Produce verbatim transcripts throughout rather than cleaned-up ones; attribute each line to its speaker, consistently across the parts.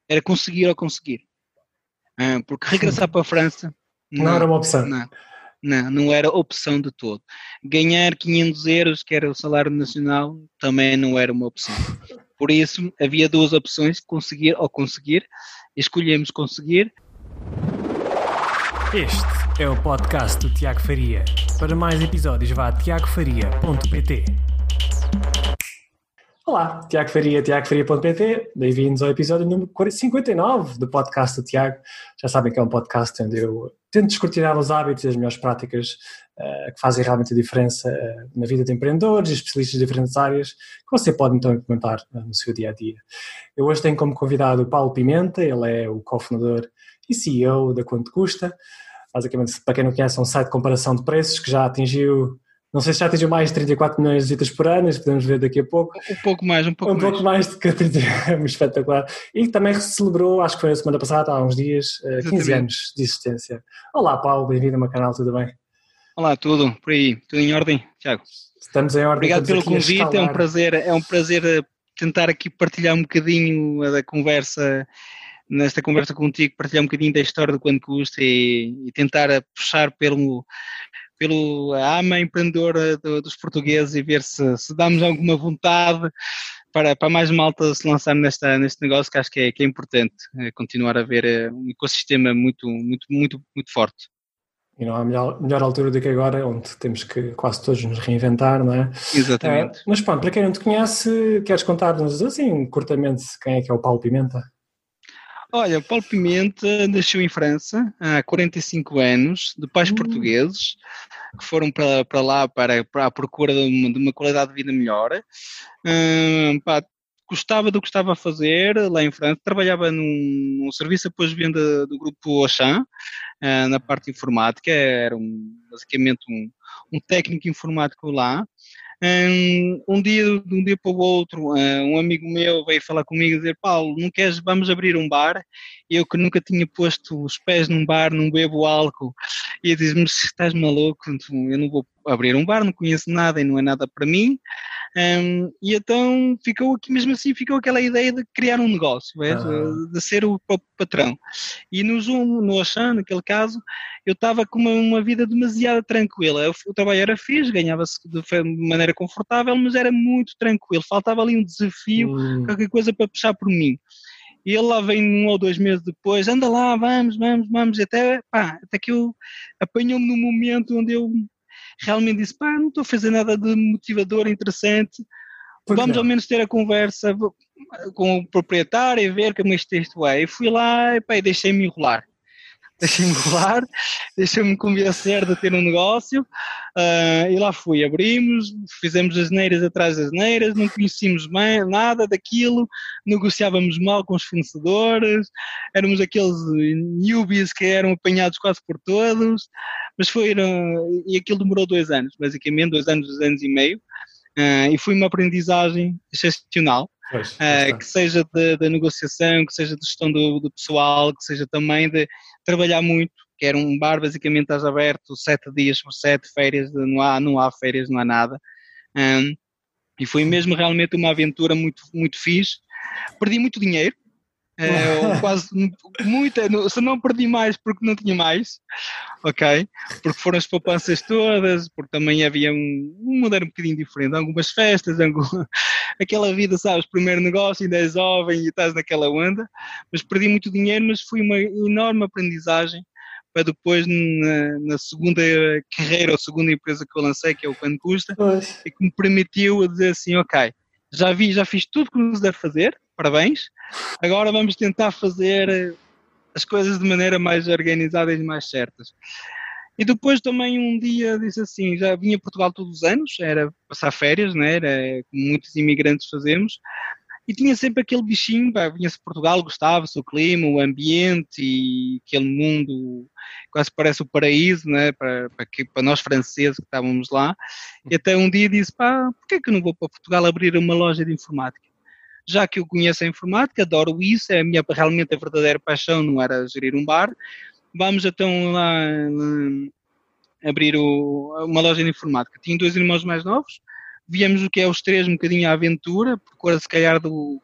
Speaker 1: Era conseguir ou conseguir. Uh, porque regressar para a França...
Speaker 2: Não, não era uma opção.
Speaker 1: Não, não, não era opção de todo. Ganhar quinhentos euros, que era o salário nacional, também não era uma opção. Por isso, havia duas opções, conseguir ou conseguir. Escolhemos conseguir.
Speaker 3: Este é o podcast do Tiago Faria. Para mais episódios vá a tiago faria ponto pt.
Speaker 2: Olá, Tiago Faria, tiago faria ponto pt. Bem-vindos ao episódio número cinquenta e nove do podcast do Tiago. Já sabem que é um podcast onde eu tento descortinar os hábitos e as melhores práticas uh, que fazem realmente a diferença uh, na vida de empreendedores e especialistas de diferentes áreas que você pode então implementar uh, no seu dia-a-dia. Eu hoje tenho como convidado o Paulo Pimenta, ele é o cofundador e C E O da Quanto Custa. Basicamente, para quem não conhece, é um site de comparação de preços que já atingiu... Não sei se já atingiu mais de trinta e quatro milhões de visitas por ano, isso podemos ver daqui a pouco.
Speaker 1: Um pouco mais, um pouco
Speaker 2: um
Speaker 1: mais.
Speaker 2: Um pouco mais do que trinta, espetacular. E também celebrou, acho que foi a semana passada, há uns dias, Exatamente. quinze anos de existência. Olá, Paulo, bem-vindo ao meu canal, tudo bem?
Speaker 1: Olá, tudo, por aí, tudo em ordem, Tiago?
Speaker 2: Estamos em ordem.
Speaker 1: Obrigado pelo convite, é um prazer, é um prazer tentar aqui partilhar um bocadinho da conversa, nesta conversa contigo, partilhar um bocadinho da história do Quanto Custa e, e tentar puxar pelo... pelo ama empreendedora do, dos portugueses e ver se, se damos alguma vontade para, para mais malta se lançar nesta, neste negócio, que acho que é, que é importante é, continuar a haver é, um ecossistema muito, muito, muito, muito forte.
Speaker 2: E não há melhor, melhor altura do que agora, onde temos que quase todos nos reinventar, não é?
Speaker 1: Exatamente.
Speaker 2: Uh, mas pronto, para quem não te conhece, queres contar-nos assim, curtamente, quem é que é o Paulo Pimenta?
Speaker 1: Olha, o Paulo Pimenta nasceu em França há quarenta e cinco anos, de pais hum. portugueses, que foram para, para lá para, para a procura de uma, de uma qualidade de vida melhor. Hum, pá, gostava do que estava a fazer lá em França, trabalhava num, num serviço de pós-venda do grupo Auchan, uh, na parte informática, era um, basicamente um, um técnico informático lá. Um, um dia, de um dia para o outro, um amigo meu veio falar comigo e dizer: Paulo, não queres, vamos abrir um bar? Eu que nunca tinha posto os pés num bar, não bebo álcool, e eu disse: mas estás maluco, eu não vou abrir um bar, não conheço nada e não é nada para mim. Um, e então ficou aqui, mesmo assim, ficou aquela ideia de criar um negócio, ah. de ser o próprio patrão. E no Zoom, no Auchan, naquele caso, eu estava com uma, uma vida demasiado tranquila. O trabalho era fixe, ganhava-se de maneira confortável, mas era muito tranquilo. Faltava ali um desafio, hum. qualquer coisa para puxar por mim. E ele lá vem um ou dois meses depois, anda lá, vamos, vamos, vamos, e até, pá, até que eu apanhou-me num momento onde eu realmente disse: pá, não estou a fazer nada de motivador, interessante, vamos ao menos ter a conversa com o proprietário e ver como isto, isto é. E fui lá e, pá, e deixei-me enrolar. Deixei-me enrolar, deixei-me convencer de ter um negócio, uh, e lá fui, abrimos, fizemos as neiras atrás das neiras, não conhecíamos bem, nada daquilo, negociávamos mal com os fornecedores, éramos aqueles newbies que eram apanhados quase por todos, mas foi, uh, e aquilo demorou dois anos, basicamente, dois anos, dois anos e meio, uh, e foi uma aprendizagem excepcional.
Speaker 2: Pois,
Speaker 1: uh, que seja da negociação, que seja de gestão do, do pessoal, que seja também de trabalhar muito, que era um bar, basicamente estás aberto sete dias por sete, férias, não há, não há férias, não há nada, um, e foi mesmo realmente uma aventura muito, muito fixe. Perdi muito dinheiro, uh, quase muita, se não perdi mais porque não tinha mais, ok, porque foram as poupanças todas, porque também havia um, um modelo um bocadinho diferente, algumas festas, algum, aquela vida, sabes, primeiro negócio, ainda és jovem e estás naquela onda, mas perdi muito dinheiro, mas foi uma enorme aprendizagem para depois na, na segunda carreira ou segunda empresa que eu lancei, que é o Quanto Custa, pois. E que me permitiu dizer assim: ok, já vi, já fiz tudo que nos deve fazer, parabéns, agora vamos tentar fazer as coisas de maneira mais organizada e mais certas. E depois também um dia disse assim, já vinha a Portugal todos os anos, era passar férias, né? Era como muitos imigrantes fazemos, e tinha sempre aquele bichinho, pá, vinha-se a Portugal, gostava-se o clima, o ambiente e aquele mundo quase parece o paraíso, né? para, para, que, para nós franceses que estávamos lá, e até um dia disse: pá, porquê que eu não vou para Portugal abrir uma loja de informática? Já que eu conheço a informática, adoro isso, é a minha realmente a verdadeira paixão, não era gerir um bar, vamos então lá abrir o, uma loja de informática. Tinha dois irmãos mais novos, viemos o que é os três um bocadinho à aventura, procura se calhar do,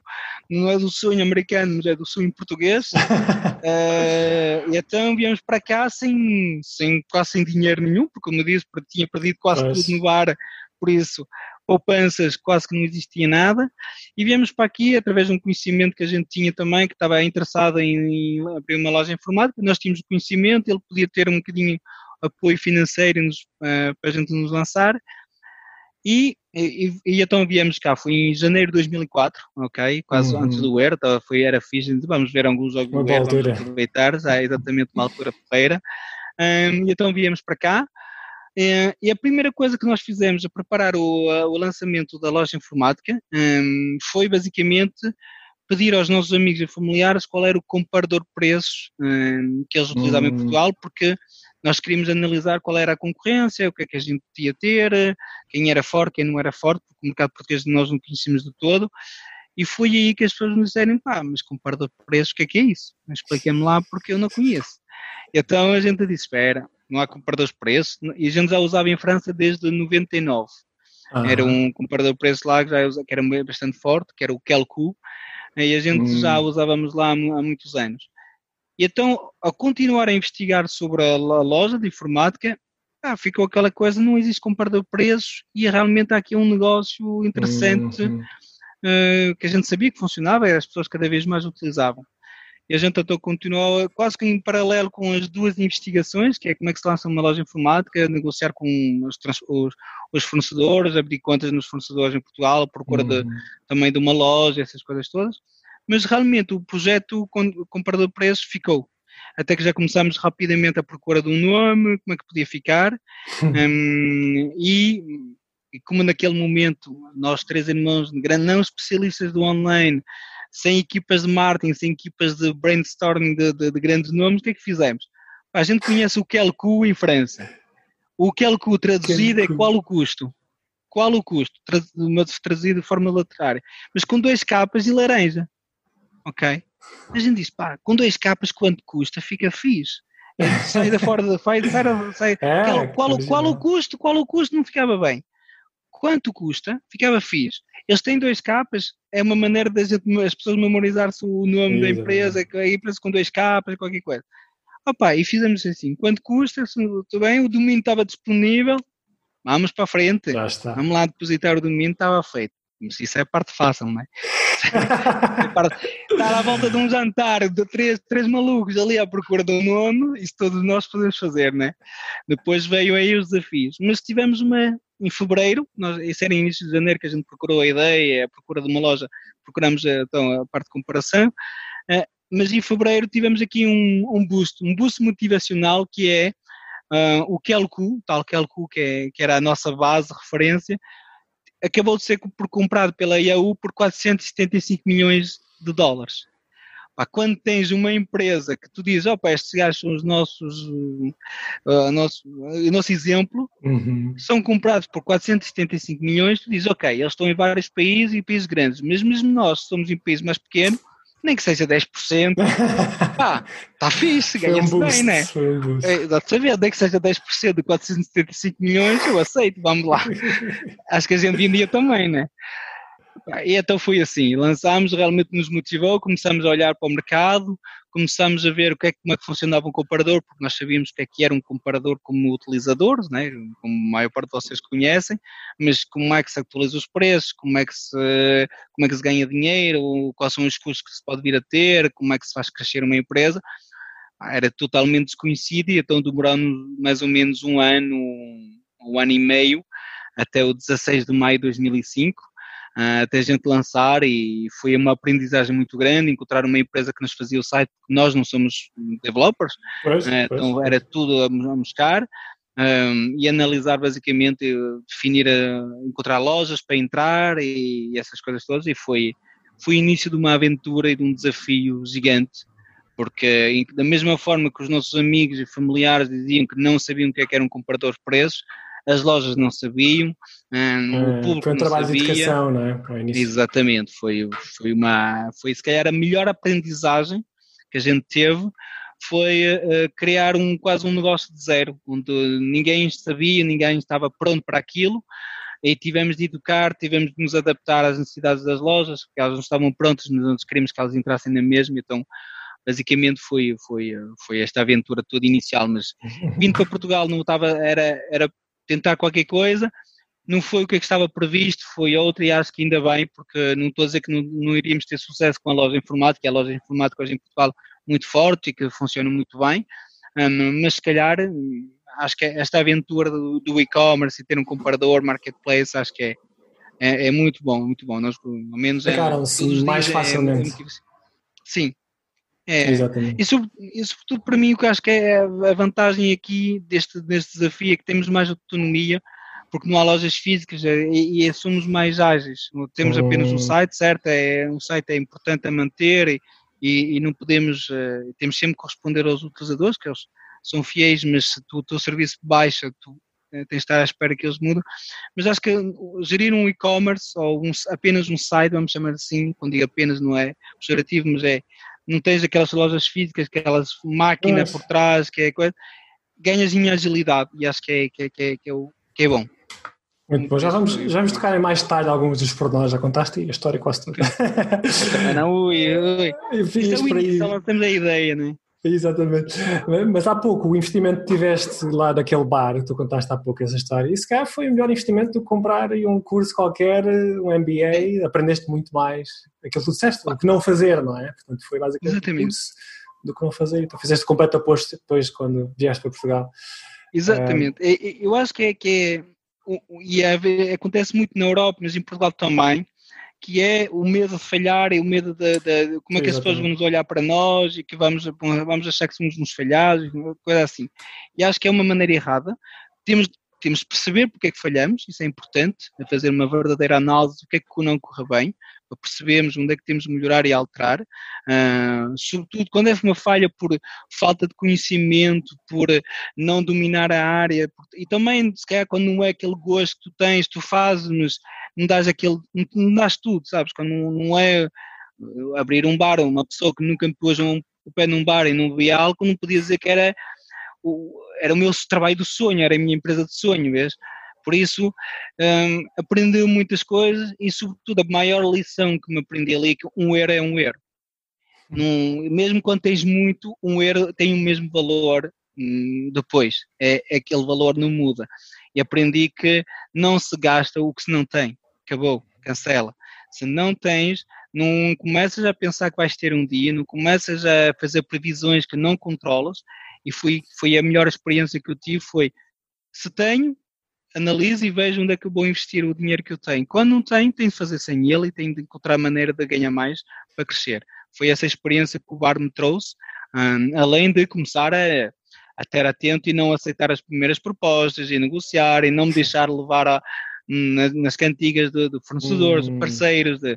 Speaker 1: não é do sonho americano, mas é do sonho português. uh, e então viemos para cá sem, sem, quase sem dinheiro nenhum, porque como eu disse, tinha perdido quase
Speaker 2: Pois.
Speaker 1: tudo no bar, por isso poupanças quase que não existia nada, e viemos para aqui através de um conhecimento que a gente tinha também, que estava interessado em, em abrir uma loja informática. Nós tínhamos o conhecimento, ele podia ter um bocadinho apoio financeiro nos, uh, para a gente nos lançar. E, e, e então viemos cá, foi em janeiro de dois mil e quatro, ok, quase
Speaker 2: Uhum.
Speaker 1: antes do Euro, então foi, era fixe, vamos ver alguns jogos
Speaker 2: Uma
Speaker 1: do
Speaker 2: boa
Speaker 1: Euro, vamos
Speaker 2: altura.
Speaker 1: aproveitar, já é exatamente uma altura porreira. Um, e então viemos para cá, e, e a primeira coisa que nós fizemos a preparar o, o lançamento da loja informática um, foi basicamente pedir aos nossos amigos e familiares qual era o comparador de preços um, que eles utilizavam
Speaker 2: Hum.
Speaker 1: em Portugal, porque nós queríamos analisar qual era a concorrência, o que é que a gente podia ter, quem era forte, quem não era forte, porque o mercado português nós não conhecíamos de todo, e foi aí que as pessoas nos disseram, pá, mas comparador de preços, o que é que é isso? Expliquem-me lá, porque eu não conheço. E então a gente disse, espera, não há comparadores de preços, e a gente já usava em França desde noventa e nove.
Speaker 2: Ah.
Speaker 1: Era um comparador de preços lá que, já usa, que era bastante forte, que era o Kelku, e a gente
Speaker 2: hum.
Speaker 1: já usávamos lá há, há muitos anos. E então, ao continuar a investigar sobre a loja de informática, ah, ficou aquela coisa, não existe comparador de preços e realmente há aqui um negócio interessante
Speaker 2: Uhum.
Speaker 1: uh, que a gente sabia que funcionava e as pessoas cada vez mais utilizavam. E a gente então continuou quase que em paralelo com as duas investigações, que é como é que se lança uma loja informática, negociar com os, os, os fornecedores, abrir contas nos fornecedores em Portugal, procura de,
Speaker 2: Uhum.
Speaker 1: também de uma loja, essas coisas todas. Mas realmente o projeto comparador de preços ficou. Até que já começámos rapidamente a procura de um nome, como é que podia ficar. um, e, e como naquele momento nós três irmãos não especialistas do online, sem equipas de marketing, sem equipas de brainstorming de, de, de grandes nomes, o que é que fizemos? A gente conhece o Kelku em França. O Kelku traduzido é qual o custo? Qual o custo? Traduzido de forma literária. Mas com dois capas e laranja. Ok? A gente diz, pá, com dois capas quanto custa? Fica fixe. Sai da fora da sai, sai, sai,
Speaker 2: é,
Speaker 1: qual, qual, qual o custo? Qual o custo? Não ficava bem. Quanto custa? Ficava fixe. Eles têm dois capas, é uma maneira de gente, as pessoas memorizar-se o nome Exatamente. Da empresa, a empresa com dois capas, qualquer coisa. Opa, e fizemos assim, quanto custa? Tudo bem, o domínio estava disponível, vamos para a frente.
Speaker 2: Já está.
Speaker 1: Vamos lá depositar o domínio, estava feito. Mas isso é a parte fácil, não é? Estar à volta de um jantar de três, três malucos ali à procura de um nome, isso todos nós podemos fazer, não é? Depois veio aí os desafios. Mas tivemos uma, em fevereiro, nós, isso era início de janeiro que a gente procurou a ideia, a procura de uma loja, procuramos então a parte de comparação, uh, mas em fevereiro tivemos aqui um, um boost, um boost motivacional que é uh, o Kelku, tal Kelku que, é, que era a nossa base de referência, acabou de ser comprado pela Yahoo por quatrocentos e setenta e cinco milhões de dólares. Pá, quando tens uma empresa que tu dizes, opa, estes gajos são os nossos, uh, nosso, o nosso exemplo,
Speaker 2: uhum.
Speaker 1: são comprados por quatrocentos e setenta e cinco milhões, tu dizes, ok, eles estão em vários países e países grandes, mas mesmo nós somos em países mais pequenos, nem que seja dez por cento, pá, está fixe, ganha-se
Speaker 2: um
Speaker 1: bem, né?
Speaker 2: Foi um boost.
Speaker 1: É, dá-te saber, nem que seja dez por cento de quatrocentos e setenta e cinco milhões, eu aceito, vamos lá. Acho que a gente vendia também, né? E então foi assim, lançámos, realmente nos motivou, começamos a olhar para o mercado, começamos a ver o que é, como é que funcionava um comparador, porque nós sabíamos o que é que era um comparador como utilizadores, né? Como a maior parte de vocês conhecem, mas como é que se atualiza os preços, como é que se, como é que se ganha dinheiro, quais são os custos que se pode vir a ter, como é que se faz crescer uma empresa, era totalmente desconhecido e então demoramos mais ou menos um ano, um ano e meio, até o dezasseis de maio de dois mil e cinco, Uh, até a gente lançar, e foi uma aprendizagem muito grande, encontrar uma empresa que nos fazia o site, porque nós não somos developers,
Speaker 2: pois,
Speaker 1: uh,
Speaker 2: pois,
Speaker 1: então
Speaker 2: pois.
Speaker 1: era tudo a, a buscar, um, e analisar basicamente, definir, a, encontrar lojas para entrar e, e essas coisas todas, e foi, foi o início de uma aventura e de um desafio gigante, porque da mesma forma que os nossos amigos e familiares diziam que não sabiam o que é que era um comparador de preços, as lojas não sabiam, um, o público
Speaker 2: foi um
Speaker 1: não
Speaker 2: trabalho
Speaker 1: sabia.
Speaker 2: De educação, não é? Ao início.
Speaker 1: Exatamente, foi, foi uma, foi se calhar a melhor aprendizagem que a gente teve, foi uh, criar um, quase um negócio de zero, onde ninguém sabia, ninguém estava pronto para aquilo, e tivemos de educar, tivemos de nos adaptar às necessidades das lojas, porque elas não estavam prontas, nós queríamos que elas entrassem na mesma, então basicamente foi, foi, foi esta aventura toda inicial, mas vindo para Portugal não estava, era, era tentar qualquer coisa, não foi o que estava previsto, foi outra e acho que ainda bem, porque não estou a dizer que não, não iríamos ter sucesso com a loja informática, é a loja informática hoje em Portugal muito forte e que funciona muito bem, um, mas se calhar acho que esta aventura do, do e-commerce e ter um comprador, marketplace, acho que é, é, é muito bom, muito bom. Nós, pelo menos,
Speaker 2: Ficaram-se mais facilmente.
Speaker 1: É, é, sim. É,
Speaker 2: exatamente.
Speaker 1: E, sobre, e sobretudo para mim o que acho que é a vantagem aqui deste, deste desafio é que temos mais autonomia, porque não há lojas físicas e, e somos mais ágeis. Temos hum. apenas um site, certo? É, um site é importante a manter e, e, e não podemos, uh, temos sempre que corresponder aos utilizadores, que eles são fiéis, mas se tu, o teu serviço baixa, tu uh, tens de estar à espera que eles mudem. Mas acho que gerir um e-commerce ou um, apenas um site, vamos chamar assim, quando digo apenas não é pejorativo, mas é, não tens aquelas lojas físicas, aquelas máquinas por trás, que é coisa, ganhas em agilidade e acho que é, que é, que é, que é, o, que é bom.
Speaker 2: Muito bom, já vamos, já vamos tocar em mais detalhe alguns dos pormenores, já contaste a história quase toda.
Speaker 1: Não, ui, ui. Isso é o início, nós temos a ideia, não é?
Speaker 2: Exatamente, mas há pouco o investimento que tiveste lá daquele bar, tu contaste há pouco essa história, isso cá foi o melhor investimento do que comprar um curso qualquer, um M B A, aprendeste muito mais, aquilo que tu disseste, o que não fazer, não é? Portanto foi basicamente um curso do que não fazer, então fizeste completo oposto depois quando vieste para Portugal.
Speaker 1: Exatamente, um, eu acho que é, que é e é, acontece muito na Europa, mas em Portugal também, que é o medo de falhar e o medo de, de, de como é que as pessoas vão nos olhar para nós e que vamos, vamos achar que somos uns falhados, coisa assim. E acho que é uma maneira errada. Temos, temos de perceber porque é que falhamos, isso é importante, é fazer uma verdadeira análise do que é que não corre bem, para percebermos onde é que temos de melhorar e alterar, uh, sobretudo quando é uma falha por falta de conhecimento, por não dominar a área, por, e também se calhar quando não é aquele gosto que tu tens, tu fazes, mas não dás aquele, não, não dás tudo, sabes, quando não, não é abrir um bar, uma pessoa que nunca me pôs um, o pé num bar e não bebia álcool, não podia dizer que era o, era o meu trabalho do sonho, era a minha empresa de sonho, vês? Por isso, um, aprendeu muitas coisas e, sobretudo, a maior lição que me aprendi ali é que um erro é um erro. Num, mesmo quando tens muito, um erro tem o mesmo valor hum, depois. É, é aquele valor não muda. E aprendi que não se gasta o que se não tem. Acabou, cancela. Se não tens, não começas a pensar que vais ter um dia, não começas a fazer previsões que não controlas. E foi, foi a melhor experiência que eu tive, foi, se tenho, analiso e vejo onde é que eu vou investir o dinheiro que eu tenho. Quando não tenho, tenho de fazer sem ele e tenho de encontrar maneira de ganhar mais para crescer. Foi essa experiência que o bar me trouxe, um, além de começar a, a ter atento e não aceitar as primeiras propostas e negociar e não me deixar levar a, nas, nas cantigas de, de fornecedores, hum. de parceiros, de...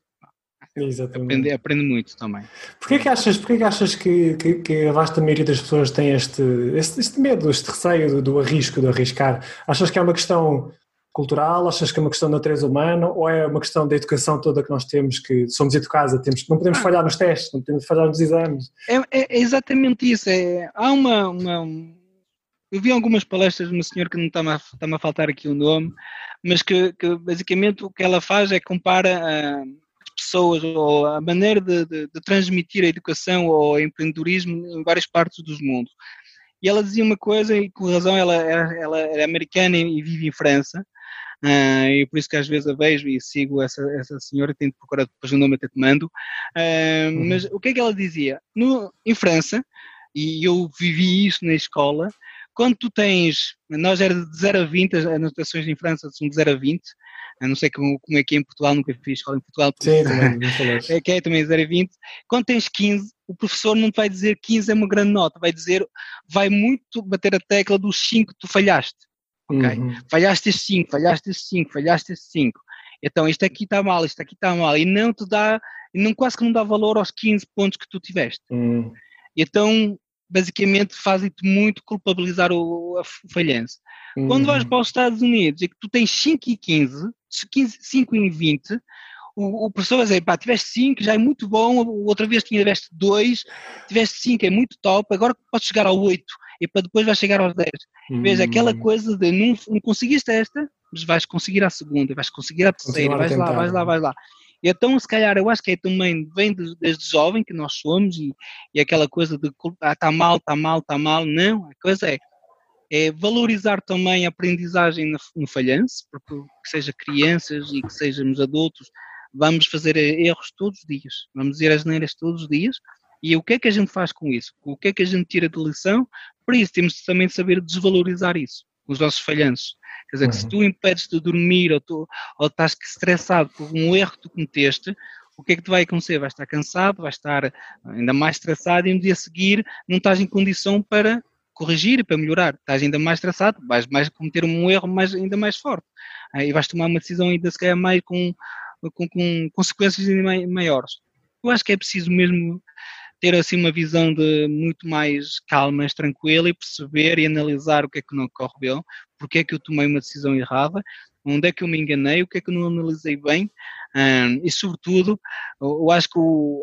Speaker 1: Aprende, aprende muito também.
Speaker 2: Porquê que achas, porquê que, achas que, que, que a vasta maioria das pessoas tem este, este, este medo, este receio do, do arrisco, do arriscar? Achas que é uma questão cultural? Achas que é uma questão da natureza humana? Ou é uma questão da educação toda que nós temos, que somos educados, temos, não podemos falhar nos testes, não podemos falhar nos exames?
Speaker 1: É, é, é exatamente isso. É, há uma, uma... Eu vi algumas palestras de uma senhora que não está-me a, está-me a faltar aqui o nome, mas que, que basicamente o que ela faz é compara a pessoas ou a maneira de, de, de transmitir a educação ou o empreendedorismo em várias partes do mundo. E ela dizia uma coisa, e com razão, ela, ela, ela é americana e vive em França, uh, e por isso que às vezes a vejo e sigo essa, essa senhora, tenho de procurar depois o nome até te mando, uh, uhum. Mas o que é que ela dizia? No, em França, e eu vivi isso na escola, quando tu tens, nós era de zero a vinte, as anotações em França são de zero a vinte, eu não sei como, como é que é em Portugal, nunca fiz escola em Portugal.
Speaker 2: Sim, também,
Speaker 1: é que é também zero a vinte. Quando tens quinze, o professor não te vai dizer quinze é uma grande nota, vai dizer, vai muito bater a tecla dos cinco que tu falhaste. Ok? Uhum. Falhaste este cinco, falhaste este cinco, falhaste este cinco. Então isto aqui está mal, isto aqui está mal. E não te dá, não, quase que não dá valor aos quinze pontos que tu tiveste. Uhum. E então, basicamente, fazem-te muito culpabilizar o, a falhança. Uhum. Quando vais para os Estados Unidos e que tu tens cinco e quinze, cinco e vinte, o, o professor vai dizer, pá, tiveste cinco, já é muito bom, outra vez tiveste dois, tiveste cinco, é muito top, agora podes chegar ao oito, e para depois vais chegar aos dez. Uhum. Veja, aquela coisa de não, não conseguiste esta, mas vais conseguir à segunda, vais conseguir à terceira, vais lá, vais lá,
Speaker 2: né?
Speaker 1: vais lá. E então, se calhar, eu acho que é também, vem de, desde jovem que nós somos e, e aquela coisa de, ah, está mal, está mal, está mal. Não, a coisa é, é valorizar também a aprendizagem no, no falhanço, porque que seja crianças e que sejamos adultos, vamos fazer erros todos os dias, vamos dizer as neiras todos os dias, e o que é que a gente faz com isso? O que é que a gente tira de lição? Por isso, temos também de saber desvalorizar isso, os nossos falhanços. Quer dizer, uhum. que se tu impedes de dormir ou, tu, ou estás estressado por um erro que tu cometeste, o que é que te vai acontecer? Vais estar cansado, vais estar ainda mais estressado e no dia a seguir não estás em condição para corrigir e para melhorar. Estás ainda mais estressado, vais mais cometer um erro mais, ainda mais forte. Aí vais tomar uma decisão ainda se calhar mais com, com, com consequências ainda maiores. Eu acho que é preciso mesmo ter assim uma visão de muito mais calma, mais tranquila e perceber e analisar o que é que não corre bem, porque é que eu tomei uma decisão errada, onde é que eu me enganei, o que é que eu não analisei bem, um, e sobretudo, eu acho que o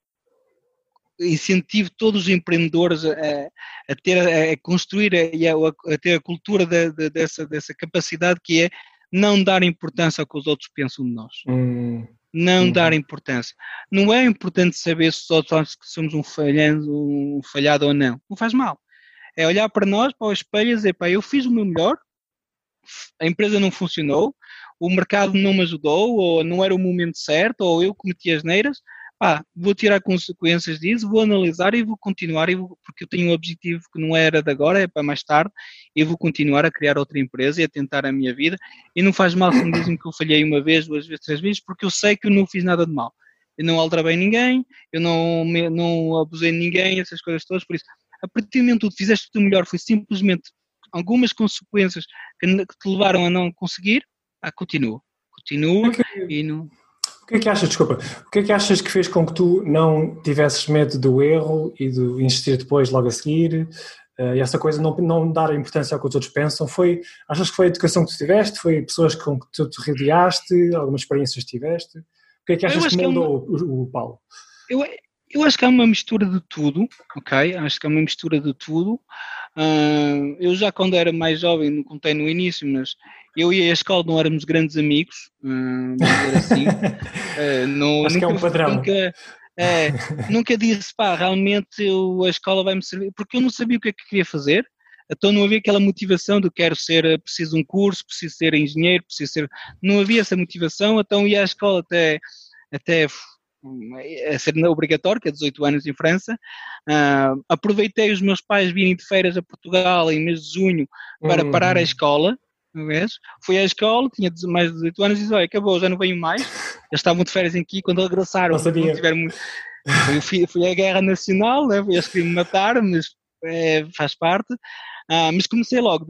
Speaker 1: incentivo todos os empreendedores a, a ter, a construir e a, a ter a cultura de, de, dessa, dessa capacidade que é não dar importância ao que os outros pensam de nós.
Speaker 2: Hum.
Speaker 1: Não
Speaker 2: uhum.
Speaker 1: dar importância. Não é importante saber se os outros acham que somos um falhado, um falhado ou não. Não faz mal. É olhar para nós, para o espelho e dizer, pá, eu fiz o meu melhor, a empresa não funcionou, o mercado não me ajudou, ou não era o momento certo, ou eu cometi asneiras, pá, vou tirar consequências disso, vou analisar e vou continuar, e vou, porque eu tenho um objetivo que não era de agora, é para mais tarde, e vou continuar a criar outra empresa e a tentar a minha vida, e não faz mal se me dizem que eu falhei uma vez, duas vezes, três vezes, porque eu sei que eu não fiz nada de mal. Eu não aldrabei ninguém, eu não, não abusei de ninguém, essas coisas todas, por isso, a partir do momento que tu fizeste o teu melhor, foi simplesmente algumas consequências que, que te levaram a não conseguir, ah, continua, continua,
Speaker 2: é que...
Speaker 1: e não...
Speaker 2: O que é que achas, desculpa, o que é que achas que fez com que tu não tivesses medo do erro e de insistir depois, logo a seguir, uh, e essa coisa, não, não dar a importância ao que os outros pensam? Foi, achas que foi a educação que tu tiveste? Foi pessoas com que tu te rodeaste? Algumas experiências tiveste? O que é que achas que moldou que é uma... o, o Paulo?
Speaker 1: Eu, eu acho que é uma mistura de tudo, ok? Acho que é uma mistura de tudo. Uh, eu já quando era mais jovem, não contei no início, mas eu e a escola não éramos grandes amigos, uh, vamos dizer assim. Uh, não,
Speaker 2: acho
Speaker 1: nunca,
Speaker 2: que é um padrão.
Speaker 1: Nunca, é, nunca disse, pá, realmente eu, a escola vai-me servir, porque eu não sabia o que é que queria fazer, então não havia aquela motivação de quero ser, preciso de um curso, preciso ser engenheiro, preciso ser... Não havia essa motivação, então ia à escola até... até a ser obrigatório, que é dezoito anos em França. Uh, aproveitei os meus pais virem de férias a Portugal em mês de junho para uhum. parar a escola. Fui à escola, tinha mais de dezoito anos e disse, olha, acabou, já não venho mais. Eles estavam de férias aqui, quando regressaram,
Speaker 2: não sabia.
Speaker 1: Não tiveram muito... fui, fui à guerra nacional, né? Eles queriam me matar, mas é, faz parte. Uh, mas comecei logo,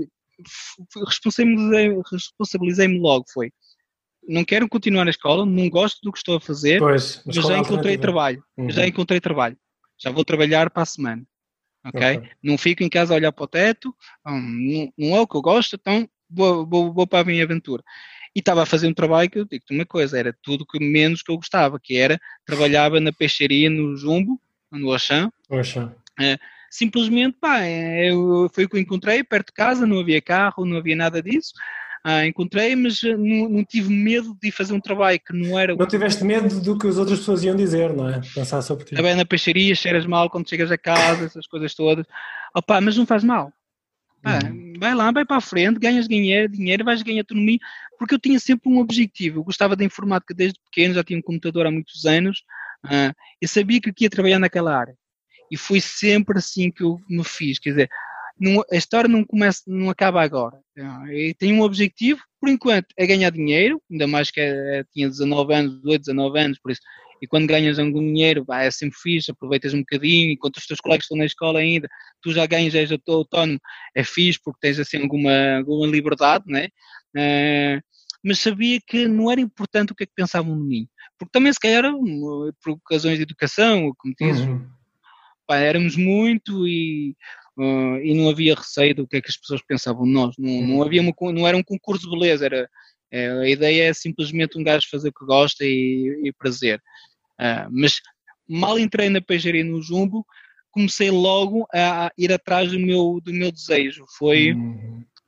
Speaker 1: responsabilizei-me, responsabilizei-me logo, foi. Não quero continuar na escola, não gosto do que estou a fazer,
Speaker 2: pois,
Speaker 1: mas já encontrei trabalho, uhum. já encontrei trabalho, já vou trabalhar para a semana, ok? okay. Não fico em casa a olhar para o teto, não, não é o que eu gosto, então vou, vou, vou para a minha aventura. E estava a fazer um trabalho que eu digo-te uma coisa, era tudo que menos que eu gostava, que era, trabalhava na peixaria no Jumbo, no Auchan, é, simplesmente, pá, eu, foi o que eu encontrei perto de casa, não havia carro, não havia nada disso. Ah, encontrei, mas não, não tive medo de fazer um trabalho que não era...
Speaker 2: Não tiveste medo do que as outras pessoas iam dizer, não é? Pensar sobre ti.
Speaker 1: Também na peixaria, cheiras mal quando chegas a casa, essas coisas todas. Opa, mas não faz mal. Pá, uhum. Vai lá, vai para a frente, ganhas dinheiro, dinheiro, vais ganhar autonomia, porque eu tinha sempre um objetivo. Eu gostava da informática desde pequeno, já tinha um computador há muitos anos, ah, eu sabia que eu ia trabalhar naquela área. E foi sempre assim que eu me fiz, quer dizer... Não, a história não começa, não acaba agora. Eu tenho um objetivo, por enquanto, é ganhar dinheiro, ainda mais que é, tinha dezanove anos, dezoito, dezanove anos, por isso. E quando ganhas algum dinheiro, vai, é sempre fixe, aproveitas um bocadinho, enquanto os teus colegas estão na escola ainda, tu já ganhas, és autónomo, é fixe, porque tens assim alguma, alguma liberdade, né? Uh, mas sabia que não era importante o que é que pensavam de mim. Porque também, se calhar, por ocasiões de educação, como dizes, uhum. pá, éramos muito e... Uh, e não havia receio do que é que as pessoas pensavam de nós, não, não, havia uma, não era um concurso de beleza, era, é, a ideia é simplesmente um gajo fazer o que gosta e, e prazer. Uh, mas mal entrei na peixaria no Jumbo, comecei logo a ir atrás do meu, do meu desejo, foi, uhum.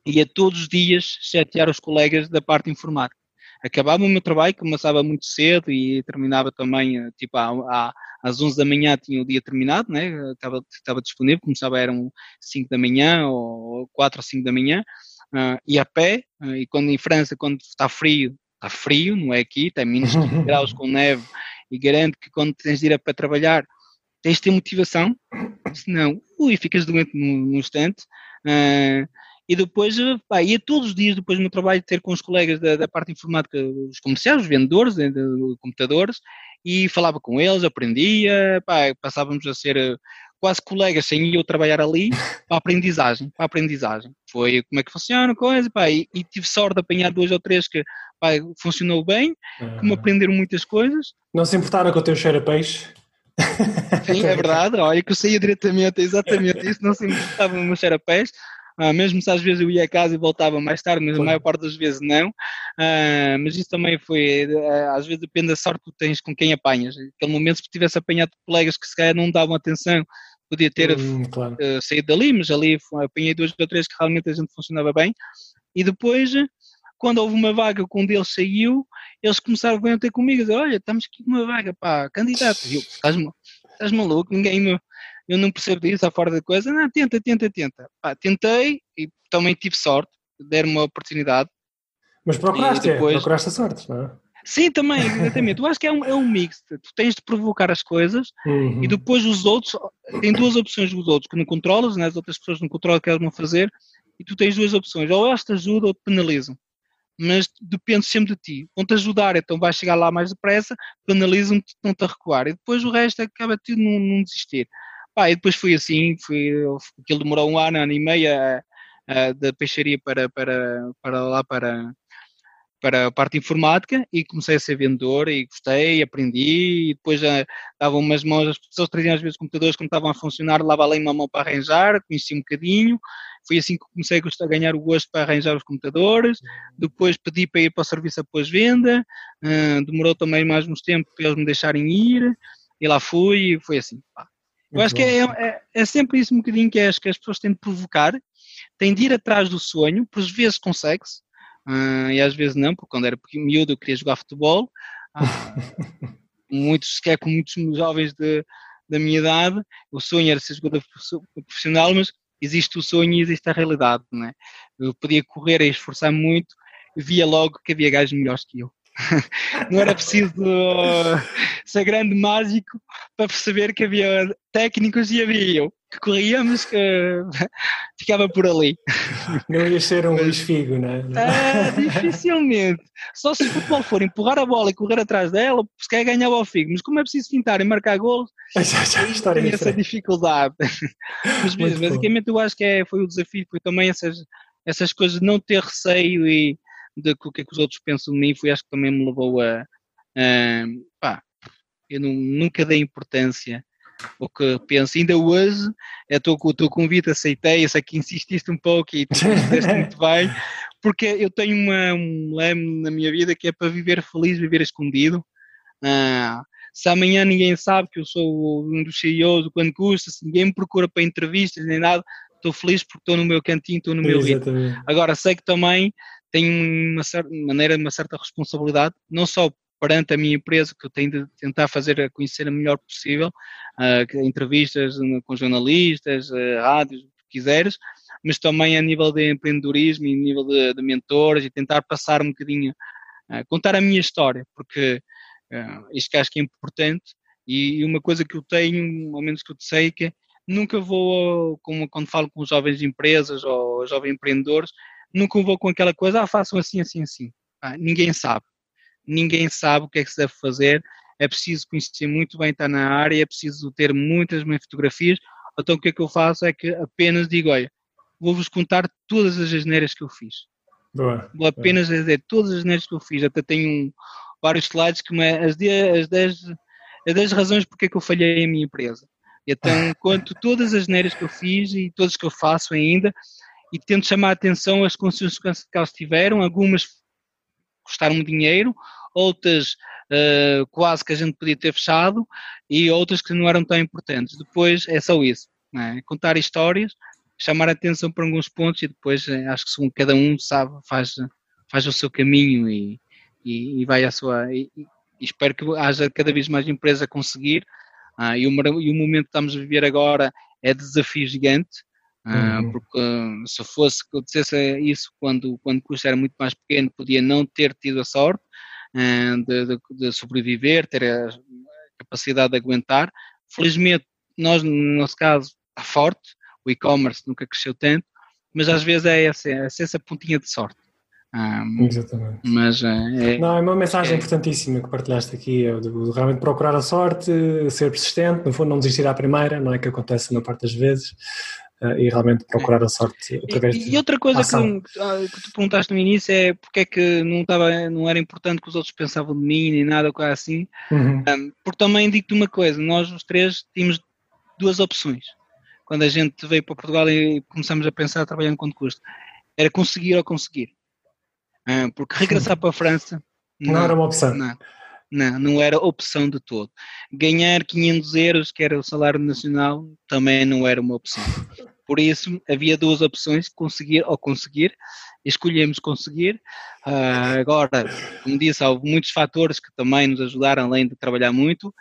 Speaker 1: ia todos os dias chatear os colegas da parte informática. Acabava o meu trabalho, começava muito cedo e terminava também, tipo, à, às onze da manhã tinha o dia terminado, né? estava, estava disponível, começava, eram cinco da manhã ou quatro ou cinco da manhã, uh, ia a pé, uh, e quando em França, quando está frio, está frio, não é aqui, está menos quinze graus com neve, e garanto que quando tens de ir a pé trabalhar, tens de ter motivação, senão, ui, ficas doente no, no instante. Uh, E depois, pá, ia todos os dias depois do meu trabalho ter com os colegas da, da parte informática, os comerciais, os vendedores de, de, de computadores, e falava com eles, aprendia, pá, passávamos a ser quase colegas sem eu trabalhar ali, para a aprendizagem, para a aprendizagem. Foi como é que funciona a coisa, pá, e, e tive sorte de apanhar dois ou três que, pá, funcionou bem, que me aprenderam muitas coisas.
Speaker 2: Não se importaram com o teu cheiro a peixe?
Speaker 1: Sim, é verdade, olha que eu saía diretamente, exatamente isso, não se importava o meu cheiro a peixe. Ah, mesmo se às vezes eu ia a casa e voltava mais tarde, mas a maior parte das vezes não. Ah, mas isso também foi, ah, às vezes depende da sorte que tu tens com quem apanhas. Naquele momento, se tivesse apanhado colegas que se calhar não davam atenção, podia ter
Speaker 2: hum, claro.
Speaker 1: uh, saído dali, mas ali apanhei dois ou três que realmente a gente funcionava bem. E depois, quando houve uma vaga que um deles saiu, eles começaram a ter comigo e dizer, olha, estamos aqui com uma vaga, pá, candidato. E eu, estás, estás maluco, ninguém me... Eu não percebo disso, está fora da coisa. Não, tenta, tenta, tenta. Pá, tentei e também tive sorte, deram uma oportunidade.
Speaker 2: Mas procuraste, depois... procuraste a sorte, não é?
Speaker 1: Sim, também, exatamente. Eu acho que é um, é um mix. Tu tens de provocar as coisas uhum. e depois os outros, tem duas opções dos outros, que não controlas, né? As outras pessoas não controlam o que elas vão fazer, e tu tens duas opções. Ou elas te ajudam ou te penalizam. Mas depende sempre de ti. Vão-te ajudar, então vais chegar lá mais depressa, penalizam-te, estão-te a recuar. E depois o resto acaba de não, não desistir. Pá, e depois foi assim, foi, aquilo demorou um ano, ano e meio a, a, da peixaria para, para, para lá, para, para a parte informática, e comecei a ser vendedor e gostei, aprendi, e depois já davam umas mãos, as pessoas traziam às vezes computadores que não estavam a funcionar, lava ali uma mão para arranjar, conheci um bocadinho, foi assim que comecei a ganhar o gosto para arranjar os computadores, depois pedi para ir para o serviço após venda, uh, demorou também mais uns tempos para eles me deixarem ir, e lá fui, e foi assim, pá. Eu Muito acho bom. que é, é, é sempre isso um bocadinho que, é, que as pessoas têm de provocar, têm de ir atrás do sonho, por vezes consegue-se, uh, e às vezes não, porque quando era miúdo eu queria jogar futebol, uh, muitos, sequer com muitos jovens de, da minha idade, o sonho era ser jogador profissional, mas existe o sonho e existe a realidade, não é? Eu podia correr e esforçar muito, e via logo que havia gajos melhores que eu. Não era preciso uh, ser grande mágico para perceber que havia técnicos e havia eu que corria, mas que uh, ficava por ali.
Speaker 2: Não ia ser um Luís Figo, não é?
Speaker 1: Uh, dificilmente. Só se o futebol for empurrar a bola e correr atrás dela, se quer ganhar o Figo. Mas como é preciso fintar e marcar golos, tem essa dificuldade. Mas mesmo, basicamente eu acho que é, foi o desafio, foi também essas, essas coisas, não ter receio e de o que é que os outros pensam de mim, foi acho que também me levou a, a pá, eu não, nunca dei importância ao que penso, ainda hoje é o teu, teu convite, aceitei, eu sei que insististe um pouco e tu fizeste muito bem, porque eu tenho uma, um leme na minha vida que é para viver feliz, viver escondido. Ah, se amanhã ninguém sabe que eu sou um dos C E Os do Quanto Custa, se ninguém me procura para entrevistas nem nada, estou feliz porque estou no meu cantinho, estou no meu ritmo. Agora sei que também tenho uma certa maneira, uma certa responsabilidade, não só perante a minha empresa, que eu tenho de tentar fazer a conhecer a melhor possível, uh, entrevistas com jornalistas, uh, rádios, o que quiseres, mas também a nível de empreendedorismo e a nível de, de mentores, e tentar passar um bocadinho, uh, contar a minha história, porque uh, isto que acho que é importante, e, e uma coisa que eu tenho, ao menos que eu sei, que é, nunca vou, como quando falo com jovens de empresas ou jovens empreendedores, nunca vou com aquela coisa, ah, façam assim, assim, assim. Ah, ninguém sabe. Ninguém sabe o que é que se deve fazer. É preciso conhecer muito bem, estar na área, é preciso ter muitas minhas fotografias. Então o que é que eu faço é que apenas digo, olha, vou-vos contar todas as asneiras que eu fiz.
Speaker 2: Boa,
Speaker 1: vou apenas boa. dizer todas as asneiras que eu fiz. Até tenho um, vários slides que me, as dez razões porque é que eu falhei em minha empresa. Então conto todas as asneiras que eu fiz e todas que eu faço ainda, e tento chamar a atenção às consequências que elas tiveram. Algumas custaram dinheiro, outras uh, quase que a gente podia ter fechado, e outras que não eram tão importantes. Depois é só isso, não é? Contar histórias chamar a atenção para alguns pontos e depois acho que cada um sabe, faz, faz o seu caminho e, e, e vai à sua... E, e espero que haja cada vez mais empresas a conseguir. Ah, e, o, e o momento que estamos a viver agora é desafio gigante. Uh,
Speaker 2: uhum.
Speaker 1: Porque uh, se fosse que eu dissesse isso quando, quando o custo era muito mais pequeno, podia não ter tido a sorte uh, de, de, de sobreviver, ter a capacidade de aguentar. Felizmente, nós, no nosso caso, está forte, o e-commerce nunca cresceu tanto, mas às vezes é essa, é essa pontinha de sorte. Um,
Speaker 2: Exatamente.
Speaker 1: Mas, uh, é,
Speaker 2: não, é uma mensagem
Speaker 1: é,
Speaker 2: importantíssima que partilhaste aqui, é de, de realmente procurar a sorte, ser persistente, no fundo não desistir à primeira, não é que acontece na parte das vezes. Uh, e realmente procurar a sorte através
Speaker 1: e,
Speaker 2: de
Speaker 1: e outra coisa
Speaker 2: ação.
Speaker 1: que, que tu perguntaste no início é porque é que não, estava, não era importante que os outros pensavam de mim nem nada ou assim,
Speaker 2: uhum.
Speaker 1: um, porque também digo-te uma coisa, nós os três tínhamos duas opções quando a gente veio para Portugal e começamos a pensar trabalhando quanto custa, era conseguir ou conseguir, um, porque regressar para a França
Speaker 2: não,
Speaker 1: não
Speaker 2: não era uma opção.
Speaker 1: não. Não, não era opção de todo. Ganhar quinhentos euros, que era o salário nacional, também não era uma opção. Por isso, havia duas opções, conseguir ou conseguir. Escolhemos conseguir. Uh, agora, como disse, há muitos fatores que também nos ajudaram, além de trabalhar muito,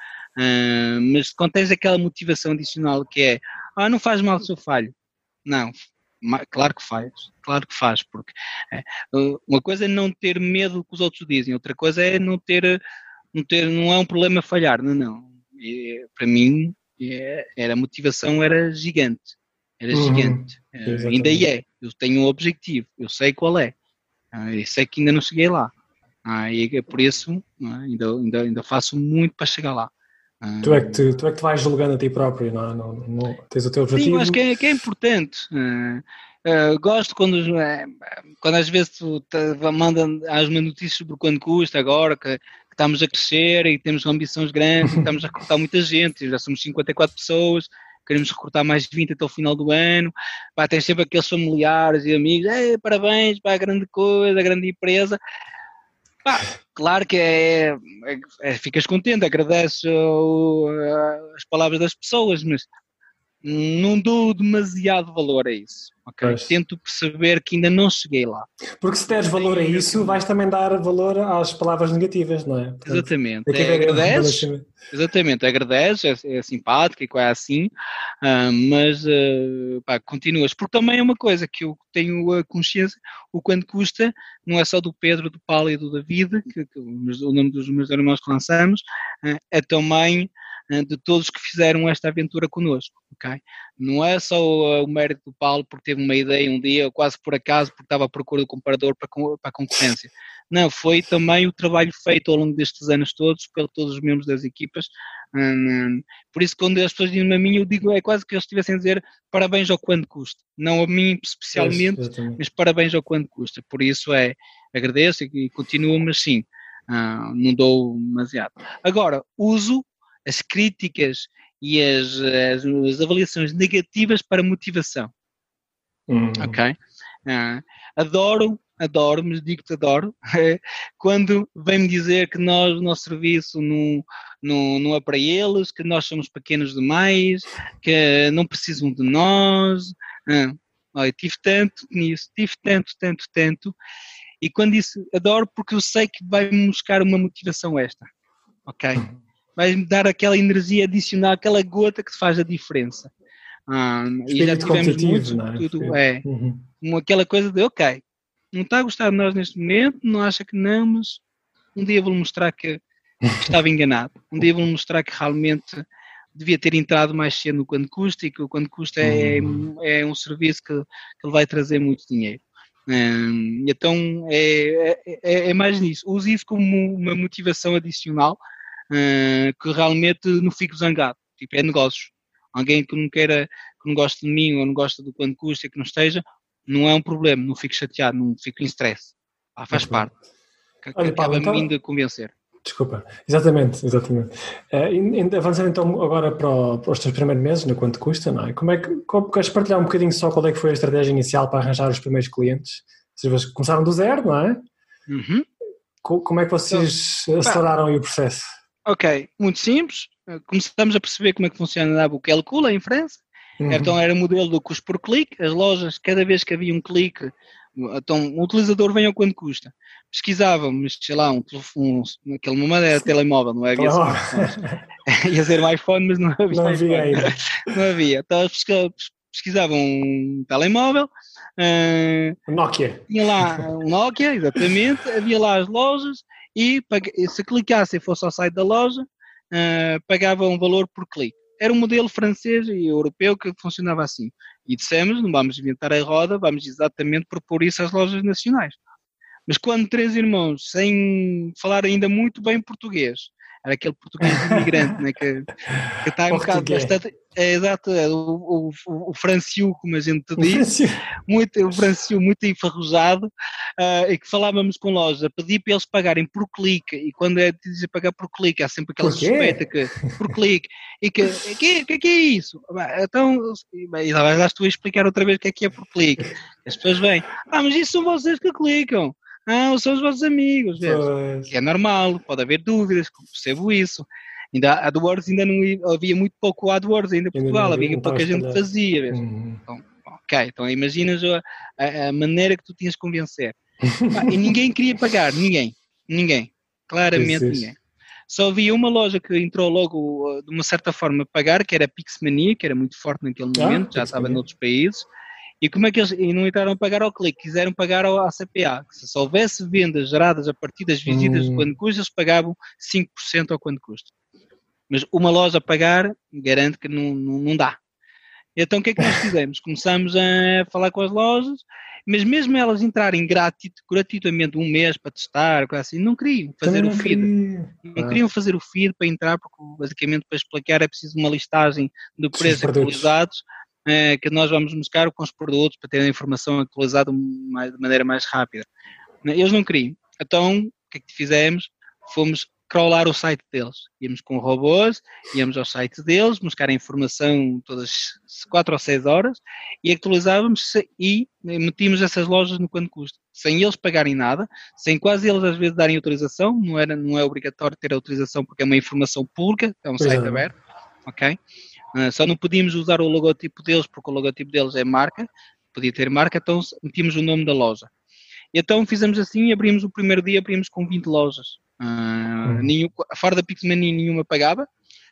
Speaker 1: uh, mas quando tens aquela motivação adicional que é, ah, não faz mal se eu falho. Não, claro que faz, claro que faz, porque é, uma coisa é não ter medo do que os outros dizem, outra coisa é não ter... Não, ter, não é um problema falhar, não, não. E, para mim, é, era, a motivação era gigante. Era
Speaker 2: uhum,
Speaker 1: gigante. Uh, ainda é. Eu tenho um objetivo. Eu sei qual é. Uh, eu sei que ainda não cheguei lá. Uh, e é por isso, uh, ainda, ainda, ainda faço muito para chegar lá. Uh,
Speaker 2: tu, é que te, tu é que te vais julgando a ti próprio, não, não, não tens o teu objetivo.
Speaker 1: Sim, eu acho que é, que é importante. Uh, uh, gosto quando, uh, quando às vezes tu te, mandam as notícias sobre quanto custa agora, que estamos a crescer e temos ambições grandes e estamos a recrutar muita gente, já somos cinquenta e quatro pessoas, queremos recrutar mais vinte até o final do ano, pá, tens sempre aqueles familiares e amigos, parabéns, pá, grande coisa, grande empresa. Pá, claro que é, é, é, ficas contente, agradeces uh, as palavras das pessoas, mas não dou demasiado valor a isso, ok? Tento perceber que ainda não cheguei lá.
Speaker 2: Porque se deres valor a isso, vais também dar valor às palavras negativas, não é?
Speaker 1: Portanto, exatamente. É, agradeces, exatamente, agradeces, é, é simpático e é assim, uh, mas uh, pá, continuas. Porque também é uma coisa que eu tenho a consciência, o quanto custa, não é só do Pedro, do Paulo e do David, que, que o nome dos meus irmãos que lançamos, uh, é também de todos que fizeram esta aventura connosco, ok? Não é só o, o mérito do Paulo porque teve uma ideia um dia, quase por acaso, porque estava à procura do comparador para, para a concorrência. Não, foi também o trabalho feito ao longo destes anos todos, pelos todos os membros das equipas. Hum, por isso, quando as pessoas dizem a mim, eu digo, é quase que eles estivessem a dizer parabéns ao quanto custa. Não a mim especialmente, é, mas parabéns ao quanto custa. Por isso, é, agradeço e, e continuo, mas sim, uh, não dou demasiado. Agora, uso as críticas e as, as, as avaliações negativas para motivação. Hum. Ok? Uh, adoro, adoro, mas digo-te adoro, quando vem-me dizer que nós, o nosso serviço não, não, não é para eles, que nós somos pequenos demais, que não precisam de nós. Uh, olha, tive tanto nisso, tive tanto, tanto, tanto, e quando disse adoro porque eu sei que vai-me buscar uma motivação extra. Ok? Vai-me dar aquela energia adicional, aquela gota que faz a diferença. Um, e já tivemos muito,
Speaker 2: não é?
Speaker 1: tudo, é, uhum. aquela coisa de, ok, não está a gostar de nós neste momento, não acha que não, mas um dia vou-lhe mostrar que, que estava enganado. Um dia vou-lhe mostrar que realmente devia ter entrado mais cedo no quanto custa e que o quanto custa é, uhum. é um serviço que, que lhe vai trazer muito dinheiro. Um, então, é, é, é mais nisso. Use isso como uma motivação adicional. Uh, que realmente não fico zangado, tipo, é negócios. Alguém que não queira, que não goste de mim ou não gosta do quanto custa, que não esteja, não é um problema, não fico chateado, não fico em stress. Ah, faz Muito parte. Que, Olha, acaba então, me indo convencer.
Speaker 2: Desculpa, exatamente, exatamente. Uh, avançando então agora para, o, para os teus primeiros meses, no quanto custa, não é? Como é que, como, queres partilhar um bocadinho só qual é que foi a estratégia inicial para arranjar os primeiros clientes? Vocês começaram do zero, não é?
Speaker 1: Uhum.
Speaker 2: Como é que vocês então, aceleraram aí o processo?
Speaker 1: Ok, muito simples. Começamos a perceber como é que funciona o calcula em França
Speaker 2: Uhum.
Speaker 1: Então era o modelo do custo por clique, as lojas, cada vez que havia um clique, então o utilizador vem ao quanto custa. Pesquisávamos, sei lá, um telefone, naquele momento era telemóvel, não havia
Speaker 2: Claro.
Speaker 1: smartphones. Ia ser um iPhone, mas não havia
Speaker 2: Não havia
Speaker 1: iPhone.
Speaker 2: ainda.
Speaker 1: Não havia. Então eles pesca- pesquisavam um telemóvel, uh,
Speaker 2: Nokia.
Speaker 1: tinha lá um Nokia, exatamente, havia lá as lojas e pag- se clicasse e fosse ao site da loja, uh, pagava um valor por clique. Era um modelo francês e europeu que funcionava assim. E dissemos, não vamos inventar a roda, vamos exatamente propor isso às lojas nacionais. Mas quando três irmãos, sem falar ainda muito bem português, era aquele português imigrante, né, que, que está um bocado bastante, é exato, é, o, o, o franciu, como a gente diz, muito, o franciu muito enferrujado, uh, e que falávamos com lojas, a pedir para eles pagarem por clique, e quando é de pagar por clique, há sempre aquela suspeita que, por clique, e que, o que, que, que é isso? Então, e lá vais tu a explicar outra vez o que é que é por clique. As pessoas vêm, ah, mas isso são vocês que clicam. Ah, são os vossos amigos, que é normal, pode haver dúvidas, percebo isso. Ainda a AdWords ainda não havia muito pouco AdWords ainda em Portugal, havia, havia pouca gente que fazia. Uhum. Então, ok, então imaginas a, a, a maneira que tu tinhas de convencer. Ah, e ninguém queria pagar, ninguém, ninguém, claramente ninguém. Só havia uma loja que entrou logo de uma certa forma a pagar, que era a Pixmania, que era muito forte naquele momento, ah, já estava noutros países. E como é que eles e não entraram a pagar ao clique? Quiseram pagar ao A C P A. Que se houvesse vendas geradas a partir das visitas hum. do quanto custa, eles pagavam cinco por cento ao quanto custa. Mas uma loja a pagar, garante que não, não, não dá. Então o que é que nós fizemos? Começamos a falar com as lojas, mas mesmo elas entrarem gratit, gratuitamente um mês para testar, assim, não queriam fazer não o feed. Queria. Não ah. queriam fazer o feed para entrar, porque basicamente para explicar é preciso uma listagem do preço atualizados. É, que nós vamos buscar com os produtos para ter a informação atualizada mais, de maneira mais rápida. Eles não queriam. Então, o que é que fizemos? Fomos crawlar o site deles. Íamos com robôs, íamos ao site deles, buscar a informação todas quatro ou seis horas e atualizávamos e metíamos essas lojas no quanto custa. Sem eles pagarem nada, sem quase eles às vezes darem autorização, não, era, não é obrigatório ter autorização porque é uma informação pública, é um pois site é. aberto, ok? Uh, só não podíamos usar o logotipo deles porque o logotipo deles é marca, podia ter marca, então metíamos o nome da loja. E então fizemos assim, abrimos o primeiro dia, abrimos com vinte lojas. Uh, uhum. nenhum, fora da Pixmania nenhuma pagava.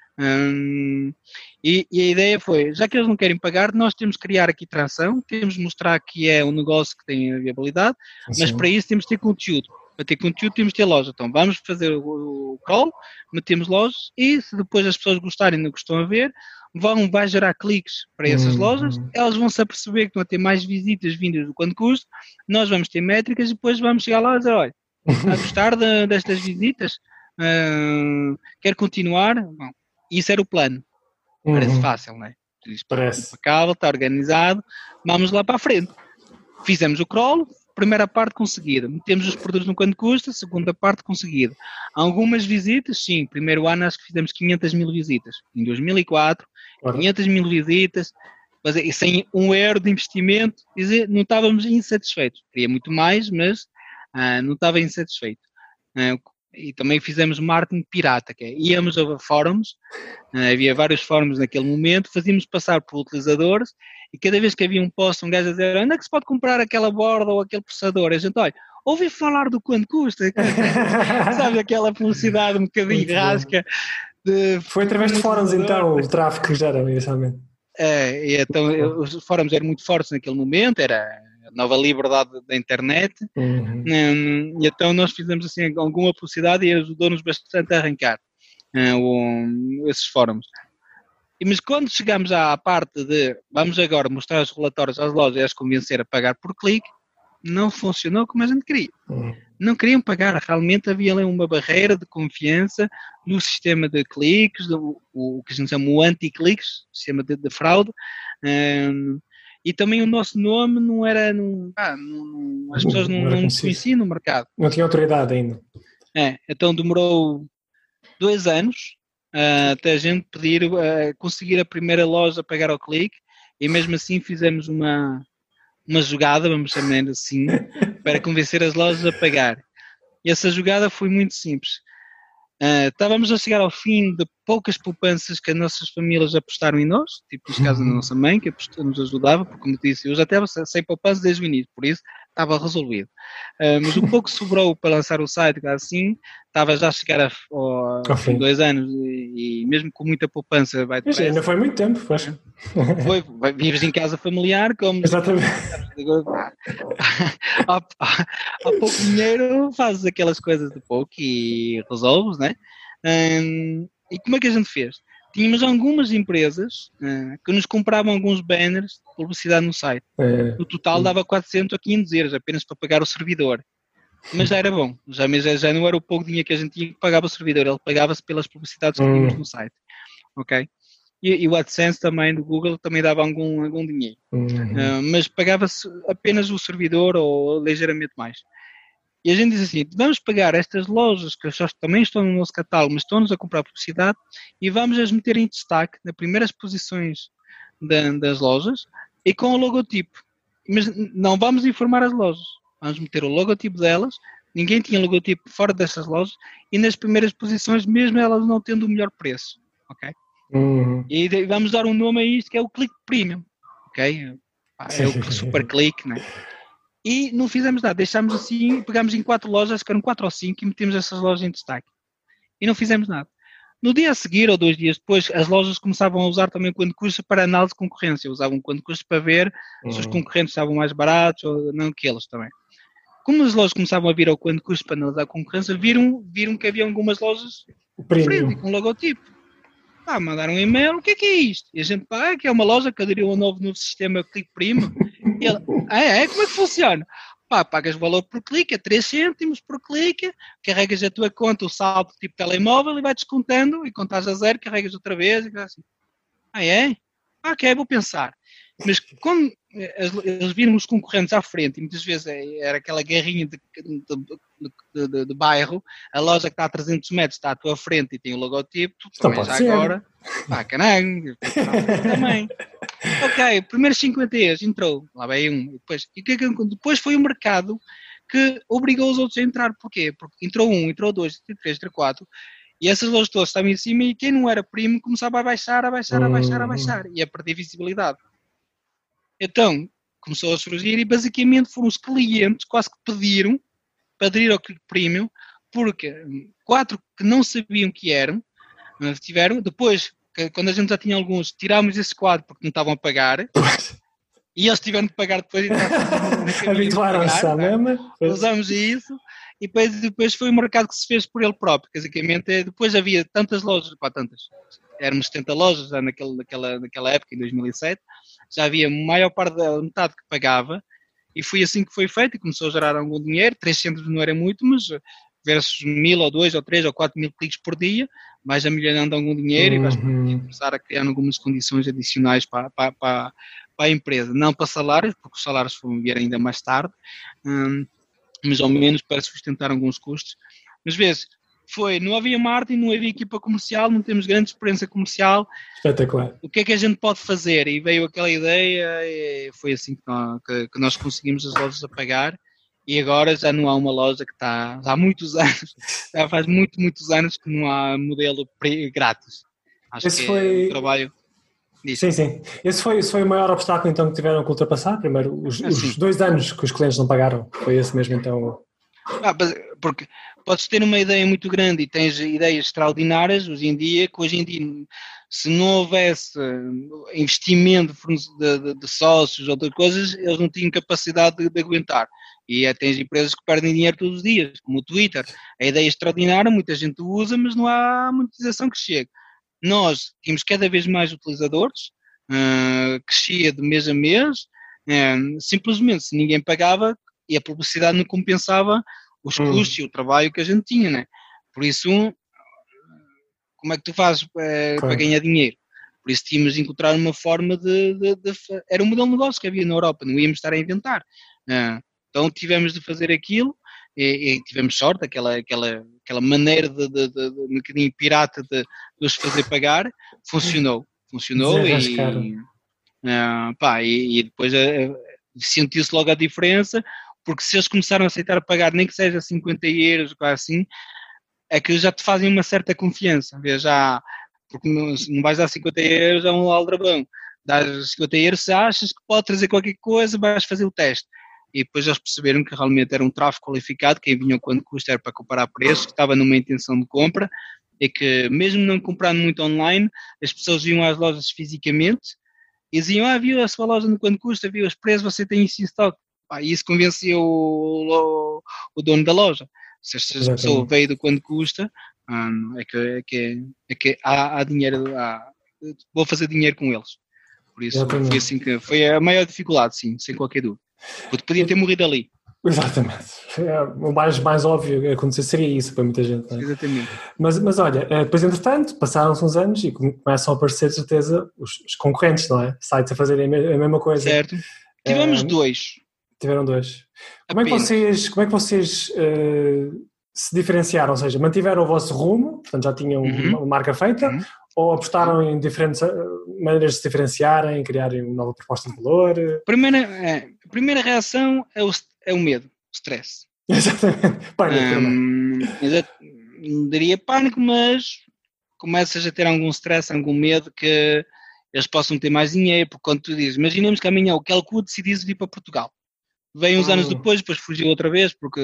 Speaker 1: Um, e, e a ideia foi, já que eles não querem pagar, nós temos que criar aqui tração, temos de mostrar que é um negócio que tem viabilidade, Sim. mas para isso temos de ter conteúdo. Para ter conteúdo temos de ter loja. Então vamos fazer o, o crawl, metemos lojas e se depois as pessoas gostarem do que estão a ver, vão, vai gerar cliques para essas uhum. lojas, elas vão se aperceber que vão ter mais visitas vindas do quanto custa, nós vamos ter métricas e depois vamos chegar lá e dizer, olha, está a gostar de, destas visitas? Uh, quer continuar? Bom, isso era o plano. Uhum. Parece fácil, não é?
Speaker 2: Parece.
Speaker 1: Impecável, está organizado, vamos lá para a frente. Fizemos o crawl, primeira parte conseguida, metemos os produtos no quanto custa, segunda parte conseguida. Algumas visitas, sim, primeiro ano acho que fizemos quinhentas mil visitas, em dois mil e quatro, claro. quinhentas mil visitas, mas sem um euro de investimento, dizer, não estávamos insatisfeitos, queria muito mais, mas ah, não estava insatisfeito. Ah, e também fizemos marketing pirata, que é, íamos a fóruns, ah, havia vários fóruns naquele momento, fazíamos passar por utilizadores, e cada vez que havia um post, um gajo a dizer, onde é que se pode comprar aquela borda ou aquele processador? A gente, olha, ouvi falar do quanto custa, sabes, aquela publicidade um bocadinho rasca. De,
Speaker 2: Foi através de fóruns então, o tráfego que gera inicialmente.
Speaker 1: É, e então os fóruns eram muito fortes naquele momento, era a nova liberdade da internet, uhum. um, e então nós fizemos assim alguma publicidade e ajudou-nos bastante a arrancar um, esses fóruns. Mas quando chegamos à parte de vamos agora mostrar os relatórios às lojas e as convencer a pagar por clique, não funcionou como a gente queria. Uhum. Não queriam pagar, realmente havia ali uma barreira de confiança no sistema de cliques, do, o, o que a gente chama o anti-cliques, sistema de, de fraude, um, e também o nosso nome não era, não, ah, não, as pessoas não, não, não conheciam no mercado.
Speaker 2: Não tinha autoridade ainda.
Speaker 1: É, então demorou dois anos Uh, até a gente pedir, uh, conseguir a primeira loja a pagar ao clique e mesmo assim fizemos uma, uma jogada, vamos chamar assim, para convencer as lojas a pagar. E essa jogada foi muito simples. Uh, estávamos a chegar ao fim de poucas poupanças que as nossas famílias apostaram em nós, tipo neste caso a nossa mãe, que apostou, nos ajudava, porque como disse, eu já estava sem poupança desde o início, por isso estava resolvido. Uh, mas o pouco que sobrou para lançar o site, assim, estava já a chegar a, a, a dois anos e, e mesmo com muita poupança vai
Speaker 2: depressa. Ainda foi muito tempo, foi.
Speaker 1: Foi, vives em casa familiar, como
Speaker 2: exatamente.
Speaker 1: há, há, há pouco dinheiro, fazes aquelas coisas de pouco e resolves, né? Um, e como é que a gente fez? Tínhamos algumas empresas uh, que nos compravam alguns banners de publicidade no site.
Speaker 2: É.
Speaker 1: No total dava quatrocentos ou quinhentos euros apenas para pagar o servidor. Mas já era bom, já, já, já não era o pouco dinheiro que a gente tinha que pagava o servidor, ele pagava-se pelas publicidades que tínhamos no site. Ok? E, e o AdSense também do Google também dava algum, algum dinheiro.
Speaker 2: Uhum.
Speaker 1: Uh, mas pagava-se apenas o servidor ou ligeiramente mais. E a gente diz assim, vamos pagar estas lojas que também estão no nosso catálogo, mas estão-nos a comprar publicidade e vamos as meter em destaque nas primeiras posições da, das lojas e com o logotipo. Mas não vamos informar as lojas, vamos meter o logotipo delas, ninguém tinha logotipo fora dessas lojas e nas primeiras posições, mesmo elas não tendo o melhor preço. Ok?
Speaker 2: Uhum.
Speaker 1: E vamos dar um nome a isto que é o Click Premium. Ok? É o super clique, né? E não fizemos nada, deixámos assim, pegámos em quatro lojas, que eram quatro ou cinco, e metemos essas lojas em destaque. E não fizemos nada. No dia a seguir, ou dois dias depois, as lojas começavam a usar também o quanto custa para análise de concorrência. Usavam o quanto custa para ver uhum. se os concorrentes estavam mais baratos ou não que eles também. Como as lojas começavam a vir ao quanto custa para analisar a concorrência, viram, viram que havia algumas lojas de frente, com logotipo. Ah, mandaram um e-mail, o que é que é isto? E a gente, pá, é que é uma loja que aderiu ao novo, novo sistema Click Premium. E ele, ah, é? Como é que funciona? Pá, pagas valor por clique, é três cêntimos por clique, carregas a tua conta, o saldo tipo telemóvel e vai descontando, e quando estás a zero, carregas outra vez, e assim. Ah, é? Ah, ok, vou pensar. Mas quando eles viram os concorrentes à frente, e muitas vezes era aquela guerrinha de, de, de, de, de bairro, a loja que está a trezentos metros está à tua frente e tem o logotipo, também já ser. Agora, pá, caralho, também. Ok, primeiros cinquenta euros, entrou, lá veio um, e depois, e que, depois foi o mercado que obrigou os outros a entrar, porquê? Porque entrou um, entrou dois, entrou três, entrou quatro, e essas lojas todas estavam em cima e quem não era primo começava a baixar, a baixar, a baixar, a baixar, e a perder visibilidade. Então, começou a surgir e basicamente foram os clientes quase que pediram para aderir ao Click Premium, porque quatro que não sabiam que eram, tiveram, depois, quando a gente já tinha alguns, tirámos esse quadro porque não estavam a pagar, e eles tiveram de pagar depois.
Speaker 2: Habituaram-se à mesma.
Speaker 1: Usamos isso, e depois, depois foi um mercado que se fez por ele próprio, basicamente, depois havia tantas lojas, pá, tantas, éramos setenta lojas já naquele, naquela, naquela época, em dois mil e sete, já havia a maior parte da metade que pagava, e foi assim que foi feito, e começou a gerar algum dinheiro, trezentos não era muito, mas versus mil, ou dois, ou três, ou quatro mil cliques por dia, vais a melhorando algum dinheiro uhum. e vais começar a criar algumas condições adicionais para, para, para, para a empresa, não para salários, porque os salários vão vir ainda mais tarde, hum, mas ao menos para sustentar alguns custos. Mas vês, foi, não havia marketing, não havia equipa comercial, não temos grande experiência comercial.
Speaker 2: Espetacular.
Speaker 1: O que é que a gente pode fazer? E veio aquela ideia, e foi assim que nós, que, que nós conseguimos as lojas a pagar, e agora já não há uma loja que está, já há muitos anos, já faz muito, muitos anos que não há modelo grátis. Acho
Speaker 2: Esse
Speaker 1: que
Speaker 2: foi...
Speaker 1: é um trabalho... Disso.
Speaker 2: Sim, sim. Esse foi, esse foi o maior obstáculo então que tiveram que ultrapassar? Primeiro, os, ah, os dois anos que os clientes não pagaram, foi esse mesmo então?
Speaker 1: Ah, porque podes ter uma ideia muito grande e tens ideias extraordinárias hoje em dia, que hoje em dia, se não houvesse investimento de, de, de sócios ou outras coisas, eles não tinham capacidade de, de aguentar. E é, tens empresas que perdem dinheiro todos os dias, como o Twitter. A ideia é extraordinária, muita gente usa, mas não há monetização que chegue. Nós tínhamos cada vez mais utilizadores, uh, crescia de mês a mês, uh, simplesmente se ninguém pagava e a publicidade não compensava os
Speaker 2: hum.
Speaker 1: custos e o trabalho que a gente tinha, né? Por isso, como é que tu fazes uh, claro. para ganhar dinheiro? Por isso tínhamos de encontrar uma forma de, de, de... Era um modelo de negócio que havia na Europa, não íamos estar a inventar. Uh, então tivemos de fazer aquilo, E, e tivemos sorte, aquela, aquela, aquela maneira de, de, de, de um bocadinho pirata de, de os fazer pagar, funcionou, funcionou e, uh, pá, e, e depois uh, sentiu-se logo a diferença, porque se eles começaram a aceitar pagar, nem que seja cinquenta euros, assim, é que já te fazem uma certa confiança, já, porque não, não vais dar cinquenta euros a um aldrabão, dás cinquenta euros se achas que pode trazer qualquer coisa, vais fazer o teste. E depois eles perceberam que realmente era um tráfego qualificado, quem vinha quando custa era para comparar preços, que estava numa intenção de compra, e que mesmo não comprando muito online, as pessoas iam às lojas fisicamente e diziam, ah, viu a sua loja no quando custa, viu os preços, você tem isso em stock. Ah, e isso convenceu o, o, o dono da loja. Se esta pessoa veio do quando custa, ah, é que, é que, é que há, há dinheiro, há, vou fazer dinheiro com eles. Por isso Exatamente. foi assim que foi a maior dificuldade, sim, sem qualquer dúvida. Porque podia ter morrido ali.
Speaker 2: Exatamente. O mais, mais óbvio a acontecer seria isso para muita gente. Não é?
Speaker 1: Exatamente.
Speaker 2: Mas, mas olha, depois entretanto, passaram-se uns anos e começam a aparecer, de certeza, os, os concorrentes, não é? Sites a fazerem a mesma coisa.
Speaker 1: Certo. Tivemos um, dois.
Speaker 2: Tiveram dois. Como é que vocês, como é que vocês uh, se diferenciaram? Ou seja, mantiveram o vosso rumo, portanto já tinham uhum. uma marca feita, uhum. ou apostaram em diferentes maneiras de se diferenciarem, criarem uma nova proposta de valor?
Speaker 1: Primeira, é, a primeira reação é o, é o medo, o stress.
Speaker 2: Exatamente. Pânico,
Speaker 1: um, não diria pânico, mas começas a ter algum stress, algum medo que eles possam ter mais dinheiro, porque quando tu dizes, imaginemos que amanhã o Kelco decidisse vir para Portugal. Veio uns hum. anos depois, depois fugiu outra vez, porque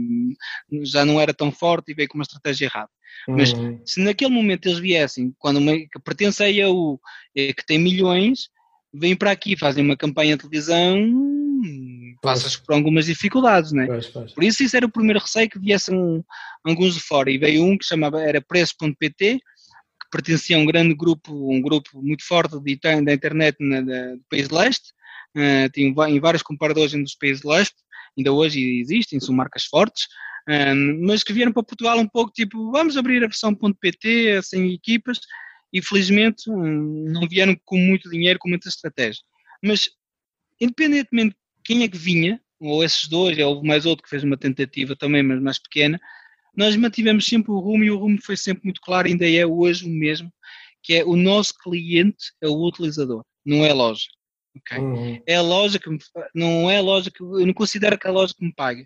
Speaker 1: já não era tão forte e veio com uma estratégia errada. Hum. Mas se naquele momento eles viessem, quando uma, que pertence a I A U, que tem milhões, vêm para aqui, fazem uma campanha de televisão, passas por algumas dificuldades, não é? Pois, pois. Por isso isso era o primeiro receio, que viessem alguns de fora. E veio um que chamava, era preços ponto pt, que pertencia a um grande grupo, um grupo muito forte de, da internet na, da, do país de leste. Uh, tinha em vários comparadores dos países de leste, ainda hoje existem, são marcas fortes, uh, mas que vieram para Portugal um pouco tipo, vamos abrir a versão .pt sem equipas, e felizmente um, não vieram com muito dinheiro, com muita estratégia. Mas independentemente de quem é que vinha, ou esses dois, ou houve mais outro que fez uma tentativa também, mas mais pequena, nós mantivemos sempre o rumo, e o rumo foi sempre muito claro, ainda é hoje o mesmo, que é o nosso cliente é o utilizador, não é a loja. Okay. Uhum. É a loja que me, não é a loja que eu não considero que é a loja que me paga.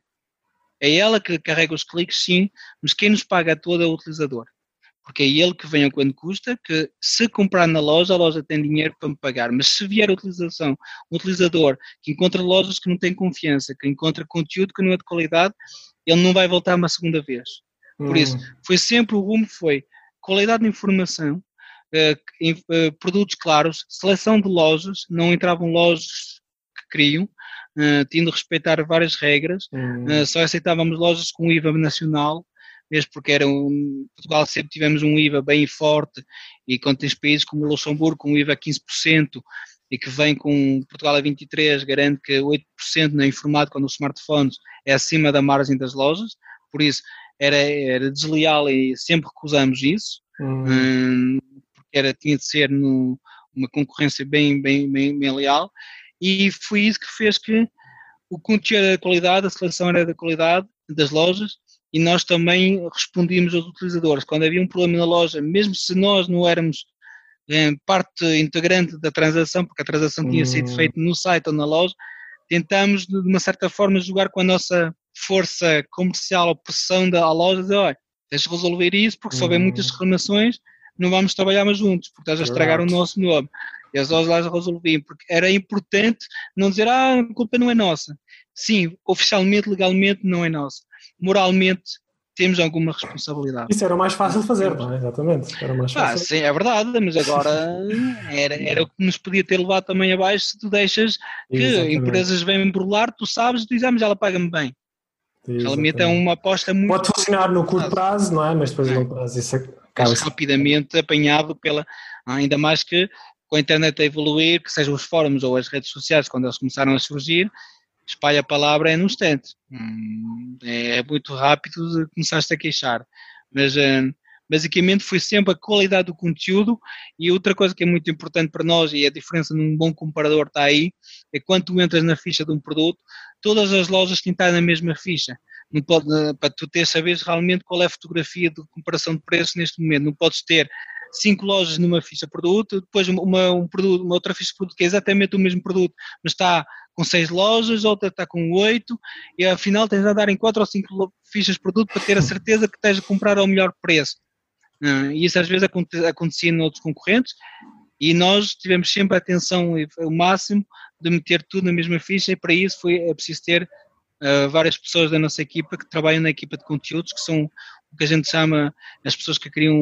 Speaker 1: É ela que carrega os cliques, sim, mas quem nos paga todo é o utilizador. Porque é ele que vem a quando custa, que se comprar na loja, a loja tem dinheiro para me pagar. Mas se vier a utilização, um utilizador que encontra lojas que não têm confiança, que encontra conteúdo que não é de qualidade, ele não vai voltar uma segunda vez. Por uhum. isso, foi sempre o rumo, foi qualidade de informação, Uh, uh, produtos claros, seleção de lojas, não entravam lojas que queriam, uh, tinham de respeitar várias regras, uhum. uh, só aceitávamos lojas com I V A nacional, mesmo porque era um, Portugal sempre tivemos um I V A bem forte, e quando tens países como o Luxemburgo com um I V A quinze por cento, e que vem com Portugal a vinte e três por cento, garante que oito por cento não é informado quando os smartphones é acima da margem das lojas, por isso era, era desleal e sempre recusamos isso. Uhum. Um, Era, tinha de ser no, uma concorrência bem, bem, bem, bem leal, e foi isso que fez que o conteúdo era da qualidade, a seleção era da qualidade das lojas, e nós também respondíamos aos utilizadores. Quando havia um problema na loja, mesmo se nós não éramos eh, parte integrante da transação, porque a transação tinha sido feita no site ou na loja, tentámos de uma certa forma jogar com a nossa força comercial ou pressão da loja, dizer, olha, deixa resolver isso, porque se houver muitas reclamações, não vamos trabalhar mais juntos, porque estás a estragar o nosso nome. E as lojas lá resolviam, porque era importante não dizer, ah, a culpa não é nossa. Sim, oficialmente, legalmente, não é nossa. Moralmente, temos alguma responsabilidade.
Speaker 2: Isso era o mais fácil de fazer, não é? Exatamente. Era o mais fácil.
Speaker 1: Ah, sim, é verdade, mas agora era, era o que nos podia ter levado também abaixo, se tu deixas que Exatamente. Empresas vêm burlar, tu sabes, tu dizes, ah, mas ela paga-me bem. Exatamente. Realmente é uma aposta muito...
Speaker 2: Pode funcionar no curto prazo, não é? Mas depois no longo prazo isso é...
Speaker 1: És rapidamente apanhado pela, ainda mais que com a internet a evoluir, que sejam os fóruns ou as redes sociais, quando eles começaram a surgir, espalha a palavra é no instante. É muito rápido de começaste a queixar. Mas basicamente foi sempre a qualidade do conteúdo, e outra coisa que é muito importante para nós, e a diferença num bom comparador está aí, é quando tu entras na ficha de um produto, todas as lojas têm que estar na mesma ficha. Não pode, para tu ter saberes realmente qual é a fotografia de comparação de preços neste momento. Não podes ter cinco lojas numa ficha de produto, depois uma, um produto, uma outra ficha de produto que é exatamente o mesmo produto, mas está com seis lojas, outra está com oito, e afinal tens de andar em quatro ou cinco fichas de produto para ter a certeza que tens a comprar ao melhor preço. Uh, e isso às vezes aconte- acontecia em outros concorrentes, e nós tivemos sempre a atenção, o máximo, de meter tudo na mesma ficha, e para isso foi, é preciso ter uh, várias pessoas da nossa equipa que trabalham na equipa de conteúdos, que são o que a gente chama as pessoas que criam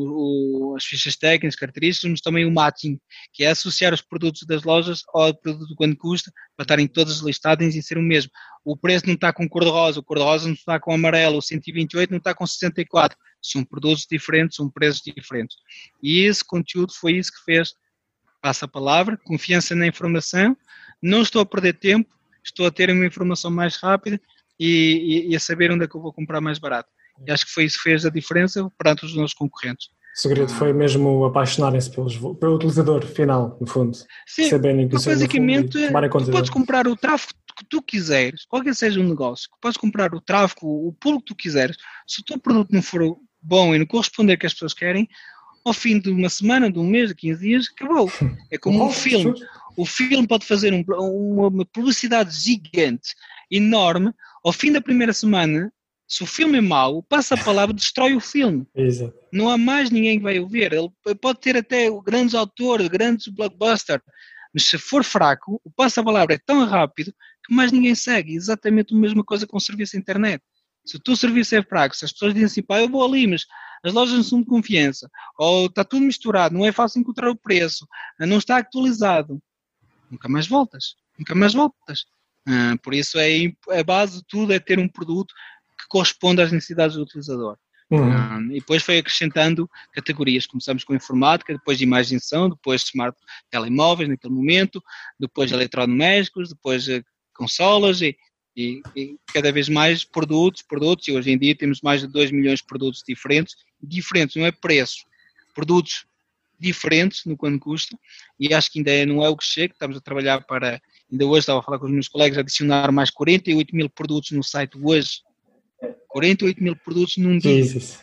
Speaker 1: o, o, as fichas técnicas, características, mas também o matching, que é associar os produtos das lojas ao produto quanto custa, para estarem todas listadas e ser o mesmo. O preço não está com cor-de-rosa, o cor-de-rosa não está com amarelo, o cento e vinte e oito não está com sessenta e quatro. São produtos diferentes, são preços diferentes. E esse conteúdo foi isso que fez, passa a palavra, confiança na informação, não estou a perder tempo, estou a ter uma informação mais rápida e, e, e a saber onde é que eu vou comprar mais barato. E acho que foi isso que fez a diferença perante os nossos concorrentes.
Speaker 2: O segredo foi mesmo apaixonarem-se pelos, pelo utilizador final, no fundo.
Speaker 1: Sim,
Speaker 2: saberem que
Speaker 1: basicamente,
Speaker 2: fundo,
Speaker 1: tu podes comprar o tráfego que tu quiseres, qualquer seja um negócio, que podes comprar o tráfego, o público que tu quiseres. Se o teu produto não for bom e não corresponder ao que as pessoas querem, ao fim de uma semana, de um mês, de quinze dias, acabou. É como um filme. O filme pode fazer um, uma publicidade gigante, enorme, ao fim da primeira semana. Se o filme é mau, passa a palavra, destrói o filme.
Speaker 2: Exato.
Speaker 1: Não há mais ninguém que vai o ver. Ele pode ter até grandes autores, grandes blockbusters, mas se for fraco, o passa-palavra é tão rápido que mais ninguém segue. Exatamente a mesma coisa com o serviço da internet. Se o teu serviço é fraco, se as pessoas dizem assim, pá, eu vou ali, mas as lojas não são de confiança, ou está tudo misturado, não é fácil encontrar o preço, não está atualizado, nunca mais voltas. Nunca mais voltas. Ah, por isso é a base de tudo é ter um produto que corresponde às necessidades do utilizador. Uhum. Um, e depois foi acrescentando categorias. Começamos com informática, depois de imagem e som, depois smart telemóveis naquele momento, depois eletrodomésticos, depois uh, consolas e, e, e cada vez mais produtos, produtos, e hoje em dia temos mais de dois milhões de produtos diferentes, diferentes, não é preço, produtos diferentes no quanto custa, e acho que ainda não é o que chega, estamos a trabalhar para, ainda hoje estava a falar com os meus colegas, adicionar mais quarenta e oito mil produtos no site hoje, quarenta e oito mil produtos num dia.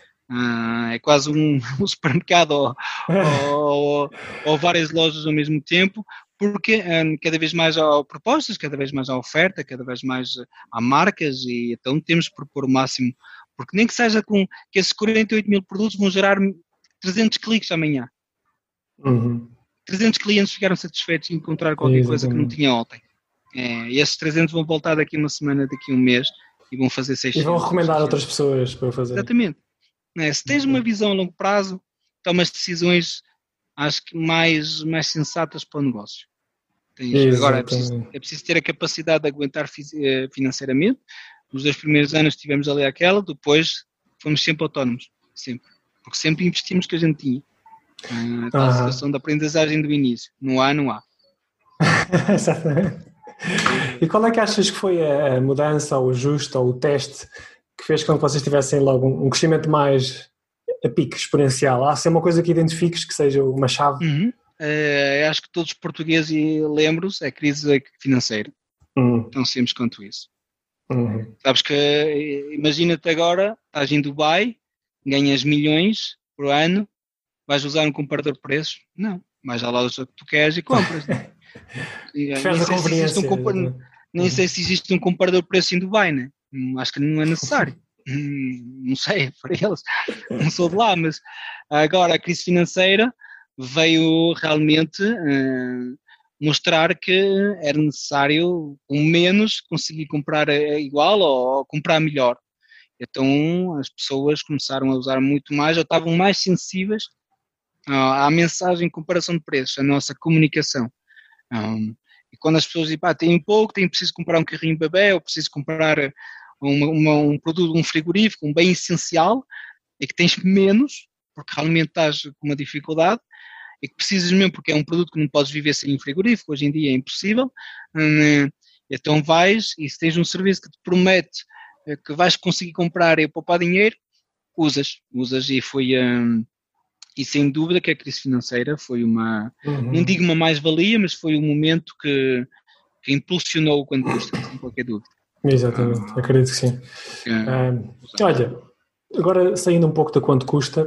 Speaker 1: Ah, é quase um, um supermercado ou, ou, ou várias lojas ao mesmo tempo, porque um, cada vez mais há propostas, cada vez mais há oferta, cada vez mais há marcas, e então temos que propor o máximo, porque nem que seja com que esses quarenta e oito mil produtos vão gerar trezentos cliques amanhã.
Speaker 2: Uhum.
Speaker 1: trezentos clientes ficaram satisfeitos em encontrar qualquer Exatamente. coisa que não tinha ontem. É, e esses trezentos vão voltar daqui uma semana, daqui um mês, e vão fazer seiscentos.
Speaker 2: E vão recomendar a outras pessoas para fazer.
Speaker 1: Exatamente. É, se tens uma visão a longo prazo, tomas decisões, acho que mais, mais sensatas para o negócio. Tens, agora é preciso, é preciso ter a capacidade de aguentar financeiramente. Nos dois primeiros anos tivemos ali aquela, depois fomos sempre autónomos, sempre. Porque sempre investimos que a gente tinha. A tal ah. situação da aprendizagem do início. Não há, não há.
Speaker 2: Exatamente. E qual é que achas que foi a mudança, ou o ajuste, ou o teste que fez com que vocês tivessem logo um crescimento mais a pique, exponencial? Há sempre uma coisa que identifiques que seja uma chave?
Speaker 1: Uhum. Uh, acho que todos os portugueses lembram-se, é a crise financeira. Uhum. Tão simples quanto isso. Uhum. Sabes que, imagina-te agora, estás em Dubai, ganhas milhões por ano, vais usar um comparador de preços? Não. Vais à loja que tu queres e compras. nem, sei se existe um compar... nem sei se existe um comparador de preços em Dubai, né? Acho que não é necessário. Não sei, para eles. Não sou de lá, mas agora a crise financeira veio realmente uh, mostrar que era necessário, com menos, conseguir comprar igual ou, ou comprar melhor. Então as pessoas começaram a usar muito mais, ou estavam mais sensíveis à mensagem em comparação de preços, a nossa comunicação. Um, e quando as pessoas dizem, pá, tenho pouco, tenho preciso comprar um carrinho bebê, ou preciso comprar uma, uma, um produto, um frigorífico, um bem essencial, e que tens menos, porque realmente estás com uma dificuldade, e que precisas mesmo, porque é um produto que não podes viver sem um frigorífico, hoje em dia é impossível, um, então vais, e se tens um serviço que te promete que vais conseguir comprar e poupar dinheiro, usas, usas, e foi... Um, E sem dúvida que a crise financeira foi uma, uhum. não digo uma mais-valia, mas foi um momento que, que impulsionou o quanto custa, sem qualquer dúvida.
Speaker 2: Exatamente, ah, acredito que sim. Ah, ah, olha, agora saindo um pouco da quanto custa,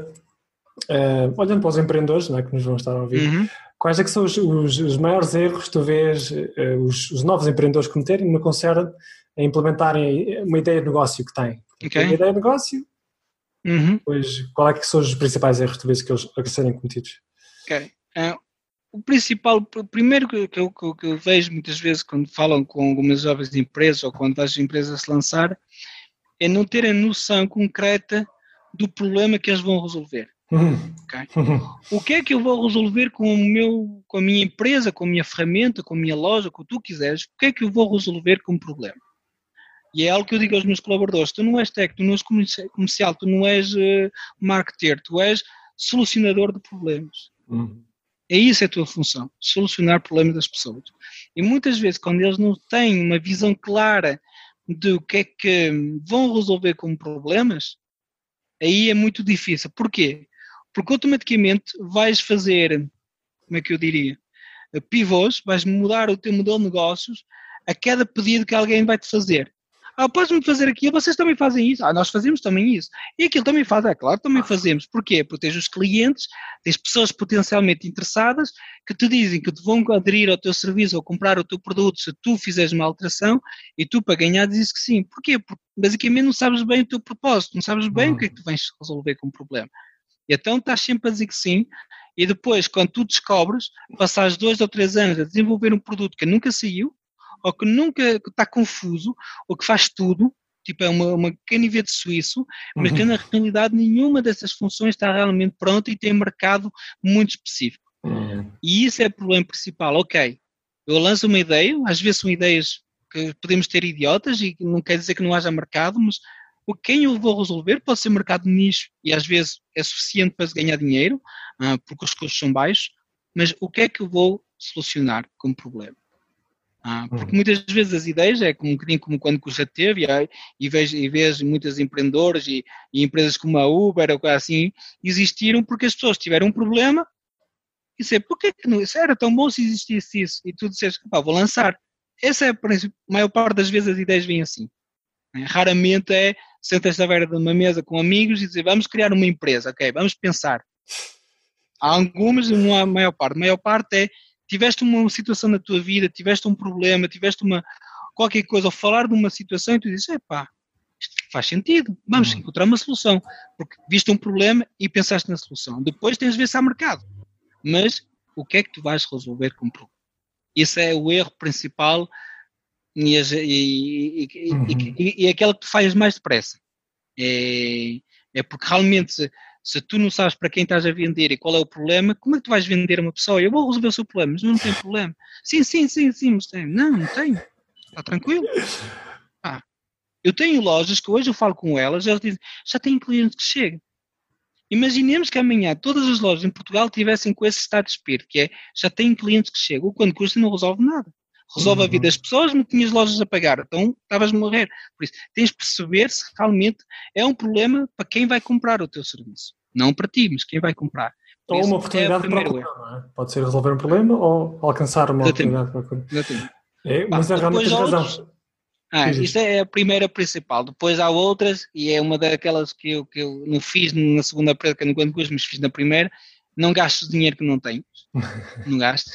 Speaker 2: ah, olhando para os empreendedores, não é, que nos vão estar a ouvir, uhum. quais é que são os, os, os maiores erros que tu vês uh, os, os novos empreendedores cometerem no concerne a implementarem uma ideia de negócio que têm?
Speaker 1: Okay.
Speaker 2: A ideia de negócio
Speaker 1: Uhum.
Speaker 2: Pois, qual é que são os principais erros que tu vês que eles a serem cometidos?
Speaker 1: Ok. Uh, o principal, o primeiro que, que, eu, que eu vejo muitas vezes quando falam com algumas jovens empresas ou quando as empresas se lançar, é não terem noção concreta do problema que eles vão resolver.
Speaker 2: Uhum.
Speaker 1: Okay? O que é que eu vou resolver com, o meu, com a minha empresa, com a minha ferramenta, com a minha loja, com o que tu quiseres? O que é que eu vou resolver como problema? E é algo que eu digo aos meus colaboradores: tu não és técnico, tu não és comercial, tu não és uh, marketer, tu és solucionador de problemas.
Speaker 2: Uhum.
Speaker 1: É isso a tua função, solucionar problemas das pessoas. E muitas vezes, quando eles não têm uma visão clara do que é que vão resolver como problemas, aí é muito difícil. Porquê? Porque automaticamente vais fazer, como é que eu diria, pivôs, vais mudar o teu modelo de negócios a cada pedido que alguém vai te fazer. Ah, podes-me fazer aquilo, vocês também fazem isso. Ah, nós fazemos também isso. E aquilo também faz, é claro, também fazemos. Porquê? Porque tens os clientes, tens pessoas potencialmente interessadas que te dizem que te vão aderir ao teu serviço ou comprar o teu produto se tu fizeres uma alteração e tu, para ganhar, dizes que sim. Porquê? Porque basicamente não sabes bem o teu propósito, não sabes bem o que é que tu vais resolver como problema. E então estás sempre a dizer que sim, e depois, quando tu descobres, passares dois ou três anos a desenvolver um produto que nunca saiu, ou que nunca que está confuso, ou que faz tudo, tipo é uma, uma canivete suíço, mas que na realidade nenhuma dessas funções está realmente pronta e tem um mercado muito específico. Uhum. E isso é o problema principal. Ok, eu lanço uma ideia, às vezes são ideias que podemos ter idiotas e não quer dizer que não haja mercado, mas o quem eu vou resolver pode ser mercado de nicho e às vezes é suficiente para se ganhar dinheiro, uh, porque os custos são baixos, mas o que é que eu vou solucionar como problema? Ah, porque muitas vezes as ideias é como um bocadinho como quando Cuxa teve e, e, vejo, e vejo muitas empreendedoras e, e empresas como a Uber ou coisa assim existiram porque as pessoas tiveram um problema e disseram, porquê que não, isso era tão bom se existisse isso? E tu disseste, pá, vou lançar. Essa é a maior parte das vezes as ideias vêm assim. Raramente é sentas-te à beira de uma mesa com amigos e dizer, vamos criar uma empresa, ok, vamos pensar. Há algumas, não há a maior parte. A maior parte é tiveste uma situação na tua vida, tiveste um problema, tiveste uma qualquer coisa, ou falar de uma situação e tu dizes, epá, isto faz sentido, vamos uhum. encontrar uma solução, porque viste um problema e pensaste na solução. Depois tens de ver se há mercado, mas o que é que tu vais resolver com o problema? Esse é o erro principal e, e, e, uhum. e, e, e aquele que tu fazes mais depressa. É, é porque realmente se, se tu não sabes para quem estás a vender e qual é o problema, como é que tu vais vender a uma pessoa? Eu vou resolver o seu problema, mas não tem problema. Sim, sim, sim, sim, mas tem. Não, não tenho. Está tranquilo. Ah, eu tenho lojas que hoje eu falo com elas, elas dizem, já tem cliente que chega. Imaginemos que amanhã todas as lojas em Portugal tivessem com esse estado de espírito, que é, já tem clientes que chegam, o quanto custa não resolve nada. Resolve uhum. a vida das pessoas, não tinhas lojas a pagar, então estavas a morrer. Por isso, tens de perceber se realmente é um problema para quem vai comprar o teu serviço. Não para ti, mas quem vai comprar. Por
Speaker 2: ou
Speaker 1: isso,
Speaker 2: uma oportunidade
Speaker 1: é
Speaker 2: para o problema. É? Pode ser resolver um problema ou alcançar uma
Speaker 1: Exatamente.
Speaker 2: oportunidade para
Speaker 1: Exatamente.
Speaker 2: é, mas é realmente tens razão.
Speaker 1: Ah, isto é a primeira principal. Depois há outras, e é uma daquelas que eu, que eu não fiz na segunda prédica, no quanto custo, mas fiz na primeira. Não gastes o dinheiro que não tens. Não gastes.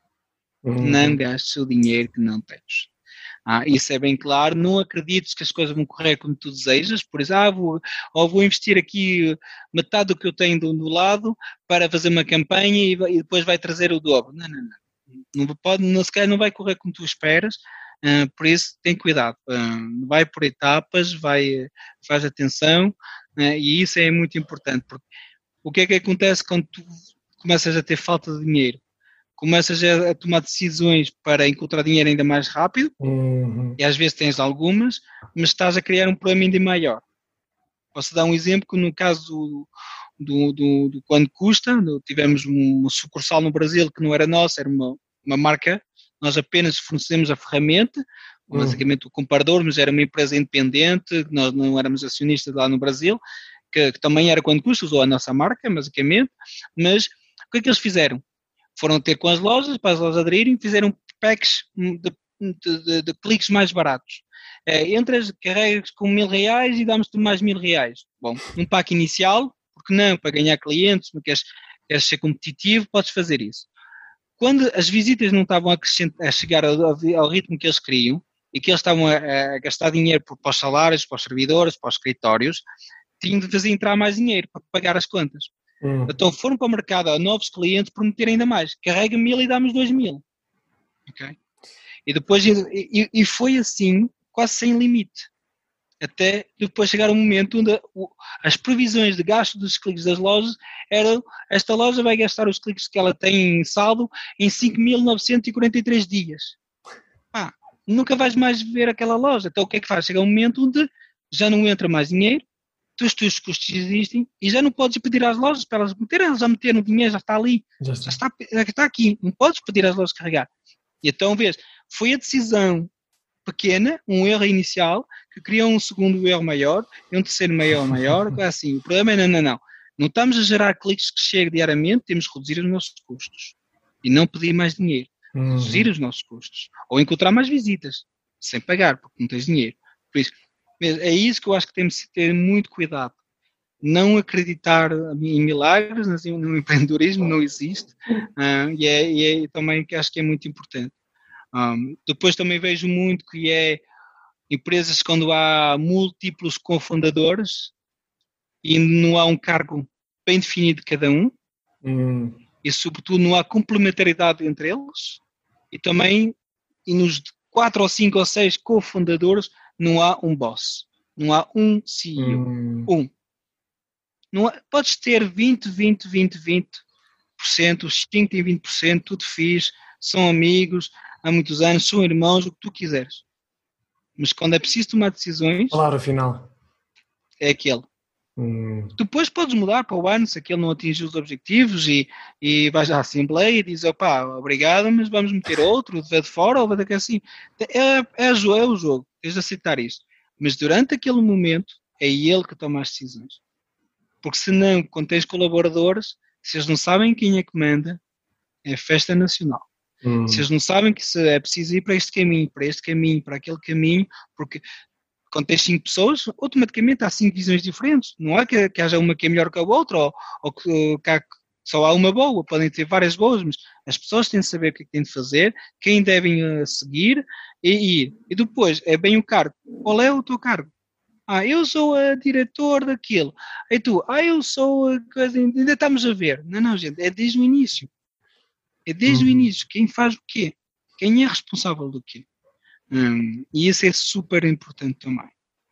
Speaker 1: Uhum. Não gastes o dinheiro que não tens. Ah, isso é bem claro. Não acredites que as coisas vão correr como tu desejas. Por exemplo, ah, vou, ou vou investir aqui metade do que eu tenho do, do lado para fazer uma campanha e, e depois vai trazer o dobro. Não, não, não. Não pode, não, se calhar não vai correr como tu esperas. Uh, por isso, tem cuidado. Uh, vai por etapas, vai, faz atenção uh, e isso é muito importante. Porque o que é que acontece quando tu começas a ter falta de dinheiro? Começas a, a tomar decisões para encontrar dinheiro ainda mais rápido uhum. e às vezes tens algumas, mas estás a criar um problema ainda maior. Posso dar um exemplo que no caso do, do, do, do quando custa, do, tivemos uma sucursal no Brasil que não era nossa, era uma, uma marca, nós apenas fornecemos a ferramenta, uhum. basicamente o comparador, mas era uma empresa independente, nós não éramos acionistas lá no Brasil, que, que também era quando custa, usou a nossa marca, basicamente, mas o que é que eles fizeram? Foram ter com as lojas, para as lojas aderirem, fizeram packs de, de, de, de cliques mais baratos. É, entras, carregas com mil reais e damos-te mais mil reais. Bom, um pack inicial, porque não, para ganhar clientes, não queres, queres ser competitivo, podes fazer isso. Quando as visitas não estavam a, a chegar ao, ao ritmo que eles queriam e que eles estavam a, a gastar dinheiro para os salários, para os servidores, para os escritórios, tinham de fazer entrar mais dinheiro para pagar as contas. Hum. Então foram para o mercado a novos clientes prometer ainda mais. Carrega mil e dá-nos dois mil. Okay? E depois, e, e foi assim, quase sem limite. Até depois chegar um momento onde as previsões de gasto dos cliques das lojas eram, esta loja vai gastar os cliques que ela tem em saldo em cinco mil novecentos e quarenta e três dias. Ah, nunca vais mais ver aquela loja. Então o que é que faz? Chega um momento onde já não entra mais dinheiro, os teus custos existem e já não podes pedir às lojas para elas meterem, elas já meteram o dinheiro, já está ali, já está, já está, já está aqui, não podes pedir às lojas carregar. E então, vês, foi a decisão pequena, um erro inicial, que criou um segundo erro maior, e um terceiro maior, maior, assim. O problema é, não, não, não. Não estamos a gerar cliques que cheguem diariamente, temos que reduzir os nossos custos. E não pedir mais dinheiro. Uhum. Reduzir os nossos custos. Ou encontrar mais visitas, sem pagar, porque não tens dinheiro. Por isso, é isso que eu acho que temos que ter muito cuidado. Não acreditar em milagres, no empreendedorismo não existe. Uh, e, é, e é também que acho que é muito importante. Um, depois também vejo muito que é empresas quando há múltiplos cofundadores e não há um cargo bem definido de cada um hum. e sobretudo não há complementaridade entre eles e também e nos quatro ou cinco ou seis cofundadores não há um boss, não há um C E O, hum. um. Não há, podes ter vinte, vinte, vinte, vinte por cento, os cinco têm vinte por cento, tudo fixe, são amigos há muitos anos, são irmãos, o que tu quiseres. Mas quando é preciso tomar decisões...
Speaker 2: Palavra final.
Speaker 1: É aquele. Hum. Depois podes mudar para o ano se aquele não atingiu os objetivos e, e vais à Assembleia e dizes, opá, obrigado, mas vamos meter outro, de fora ou daqui assim. É, é, é o jogo, tens de aceitar isto. Mas durante aquele momento é ele que toma as decisões. Porque senão, quando tens colaboradores, se eles não sabem quem é que manda, é festa nacional. Hum. Se eles não sabem que se é preciso ir para este caminho, para este caminho, para aquele caminho, porque quando tens cinco pessoas, automaticamente há cinco visões diferentes. Não há que, que haja uma que é melhor que a outra, ou, ou que, que há, só há uma boa, podem ter várias boas, mas as pessoas têm de saber o que é que têm de fazer, quem devem uh, seguir e ir. E depois, é bem o cargo. Qual é o teu cargo? Ah, eu sou a diretor daquilo. E tu, ah, eu sou a coisa, ainda estamos a ver. Não, não, gente, é desde o início. É desde uhum. o início, quem faz o quê? Quem é responsável do quê? Hum, e isso é super importante também.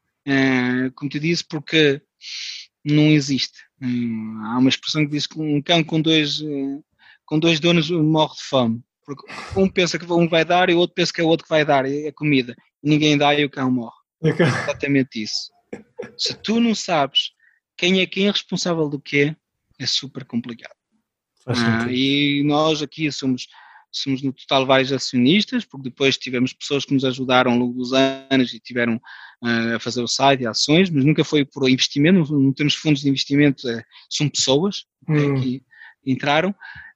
Speaker 1: Uh, como te disse, porque não existe. Hum, há uma expressão que diz que um cão com dois, uh, com dois donos morre de fome. Porque um pensa que um vai dar e o outro pensa que é o outro que vai dar a comida. Ninguém dá e o cão morre. É exatamente isso. Se tu não sabes quem é quem é responsável do quê, é super complicado. Ah, e nós aqui somos, somos no total vários acionistas, porque depois tivemos pessoas que nos ajudaram ao longo dos anos e tiveram uh, a fazer o site e ações, mas nunca foi por investimento, não, não temos fundos de investimento, é, são pessoas hum. que entraram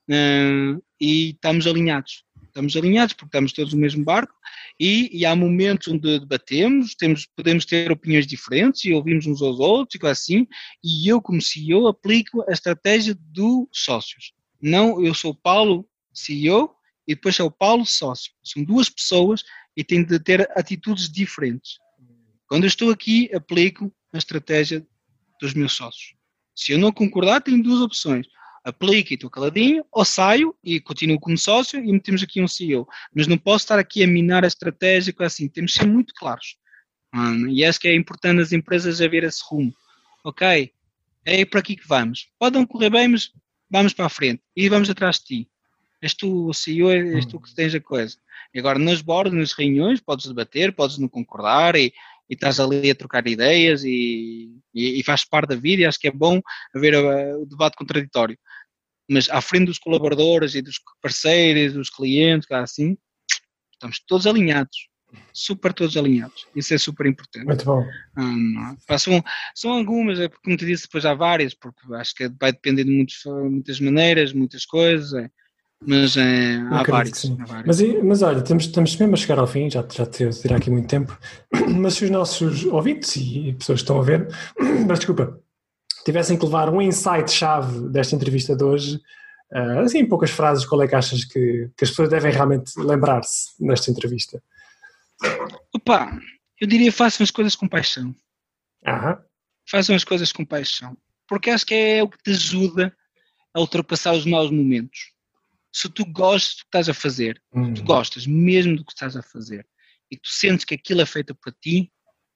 Speaker 1: uh, e estamos alinhados. Estamos alinhados porque estamos todos no mesmo barco e, e há momentos onde debatemos, temos, podemos ter opiniões diferentes e ouvimos uns aos outros e coisa assim, e eu como C E O aplico a estratégia dos sócios. Não, eu sou o Paulo C E O e depois é o Paulo sócio. São duas pessoas e têm de ter atitudes diferentes. Quando eu estou aqui, aplico a estratégia dos meus sócios. Se eu não concordar, tenho duas opções. Aplico e estou caladinho, ou saio e continuo como sócio e metemos aqui um C E O. Mas não posso estar aqui a minar a estratégia, assim, temos de ser muito claros. Hum, e acho que é importante as empresas a ver esse rumo. Ok, é para aqui que vamos. Pode não correr bem, mas vamos para a frente e vamos atrás de ti. És tu o C E O, és tu que tens a coisa. E agora nas bordas, nas reuniões, podes debater, podes não concordar e, e estás ali a trocar ideias e, e, e faz parte da vida e acho que é bom haver o debate contraditório. Mas à frente dos colaboradores e dos parceiros, dos clientes, assim, estamos todos alinhados. Super todos alinhados. Isso é super importante.
Speaker 2: Muito bom.
Speaker 1: Hum, são, são algumas, é porque, como te disse, depois há várias, porque acho que vai depender de muitos, muitas maneiras, muitas coisas, é, mas é, há, várias, há várias.
Speaker 2: Mas, mas olha, estamos, estamos mesmo a chegar ao fim, já, já te tirar aqui muito tempo, mas se os nossos ouvintes e pessoas que estão a ver, mas desculpa, tivessem que levar um insight-chave desta entrevista de hoje, uh, assim, em poucas frases, qual é que achas que, que as pessoas devem realmente lembrar-se nesta entrevista?
Speaker 1: Opa, eu diria façam as coisas com paixão.
Speaker 2: Aham.
Speaker 1: façam as coisas com paixão, porque acho que é o que te ajuda a ultrapassar os maus momentos. Se tu gostas do que estás a fazer,
Speaker 2: Hum.
Speaker 1: tu gostas mesmo do que estás a fazer, e tu sentes que aquilo é feito para ti,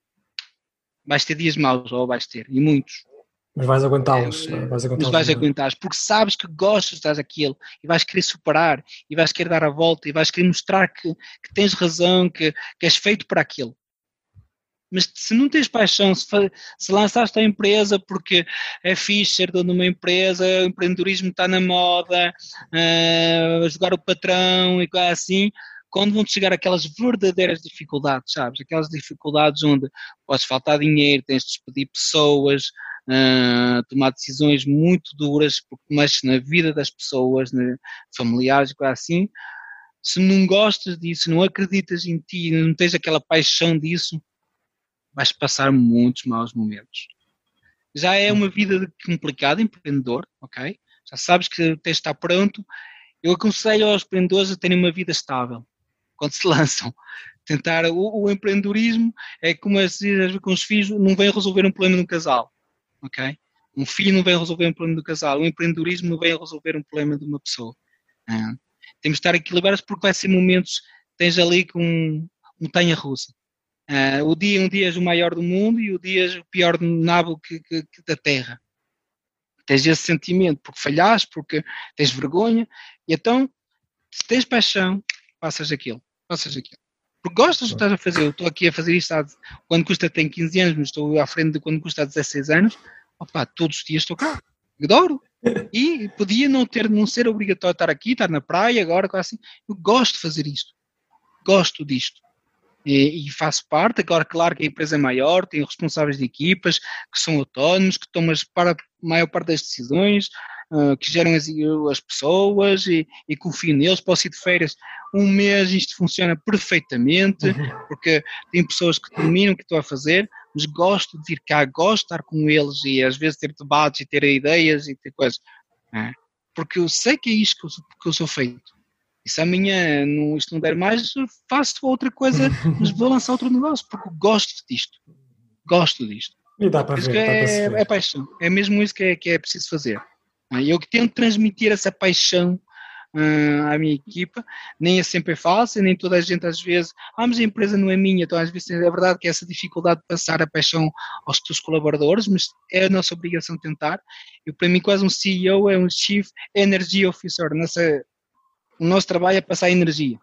Speaker 1: vais ter dias maus, ou vais ter, e muitos.
Speaker 2: Mas vais aguentá-los.
Speaker 1: É,
Speaker 2: vais aguentá-los
Speaker 1: mas vais aguentar, porque sabes que gostas daquilo, e vais querer superar, e vais querer dar a volta, e vais querer mostrar que, que tens razão, que, que és feito para aquilo. Mas se não tens paixão, se, se lançaste a empresa porque é fixe ser dono de uma empresa, o empreendedorismo está na moda, uh, jogar o patrão e coisa assim, quando vão-te chegar aquelas verdadeiras dificuldades, sabes? Aquelas dificuldades onde podes faltar dinheiro, tens de despedir pessoas, uh, tomar decisões muito duras, porque mexes na vida das pessoas, né, familiares e coisa assim. Se não gostas disso, não acreditas em ti, não tens aquela paixão disso, vais passar muitos maus momentos. Já é uma vida complicada, empreendedor, ok? Já sabes que tens de estar pronto. Eu aconselho aos empreendedores a terem uma vida estável, quando se lançam. Tentar, o, o empreendedorismo é como às vezes com os filhos, não vem resolver um problema de um casal, ok? Um filho não vem resolver um problema do casal, o empreendedorismo não vem resolver um problema de uma pessoa. Ah, temos de estar equilibrados porque vai ser momentos, tens ali com montanha-russa. Uh, o dia um dia és o maior do mundo e o dia és o pior nabo que, que, que da terra. Tens esse sentimento porque falhaste, porque tens vergonha, e então se tens paixão, passas aquilo, passas aquilo. Porque gostas do que estás a fazer. Eu estou aqui a fazer isto há, quando custa tem quinze anos, mas estou à frente de quando custa há dezasseis anos. Opa, todos os dias estou cá, adoro. E podia não ter, não ser obrigatório estar aqui, estar na praia agora, assim. Eu gosto de fazer isto, gosto disto. E, e faço parte. Agora, claro que a empresa é maior, tenho responsáveis de equipas que são autónomos, que tomam para a maior parte das decisões, uh, que geram as, as pessoas e, e confio neles. Posso ir de férias um mês, isto funciona perfeitamente, uhum. Porque tem pessoas que dominam o que estou a fazer, mas gosto de vir cá, gosto de estar com eles e às vezes ter debates e ter ideias e ter coisas, é? Porque eu sei que é isto que eu sou, que eu sou feito. E se amanhã não, isto não der mais, faço outra coisa, mas vou lançar outro negócio, porque eu gosto disto. Gosto disto.
Speaker 2: E dá para ver,
Speaker 1: é,
Speaker 2: dá para
Speaker 1: é paixão. É mesmo isso que é, que é preciso fazer. E eu que tento transmitir essa paixão uh, à minha equipa. Nem é sempre fácil, nem toda a gente às vezes, ah, mas a empresa não é minha, então às vezes é verdade que é essa dificuldade de passar a paixão aos teus colaboradores, mas é a nossa obrigação tentar. E para mim quase um C E O é um Chief Energy Officer. Nessa, o nosso trabalho é passar energia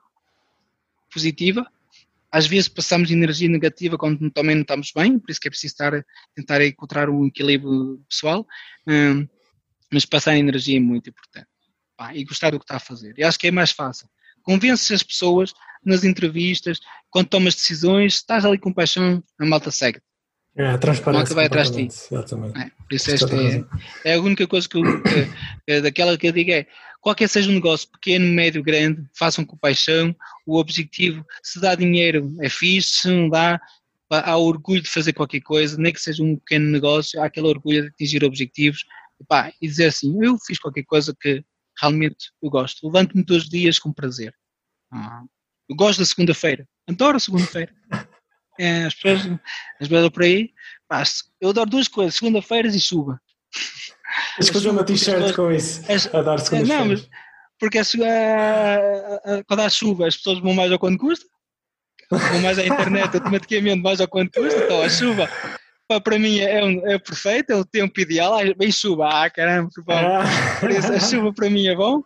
Speaker 1: positiva. Às vezes passamos energia negativa quando também não estamos bem, por isso que é preciso estar, tentar encontrar um equilíbrio pessoal, um, mas passar energia é muito importante. Pá, e gostar do que está a fazer. E acho que é mais fácil. Convence as pessoas nas entrevistas, quando tomas decisões, estás ali com paixão, a malta segue.
Speaker 2: É, a transparência.
Speaker 1: Vai atrás de ti.
Speaker 2: Exatamente.
Speaker 1: É, por isso esta é, é a única coisa que, eu, que, que daquela que eu digo é, qualquer seja um negócio, pequeno, médio, grande, façam com paixão. O objetivo, se dá dinheiro é fixe, se não dá, há orgulho de fazer qualquer coisa, nem que seja um pequeno negócio, há aquele orgulho de atingir objetivos, e, pá, e dizer assim, eu fiz qualquer coisa que realmente eu gosto, levanto-me todos os dias com prazer. Ah, eu gosto da segunda-feira, adoro a segunda-feira. É, as pessoas, as pessoas por aí, pá, eu adoro duas coisas, segunda-feiras e chuva.
Speaker 2: Tens que fazer uma t-shirt com isso, as, a dar segunda-feira. Não, mas
Speaker 1: porque a, a, a, quando há chuva as pessoas vão mais ao quanto custa, vão mais à internet automaticamente mais ao quanto custa, então a chuva pá, para mim é, um, é perfeito, é o tempo ideal, bem chuva, ah caramba, que bom, por isso a chuva para mim é bom.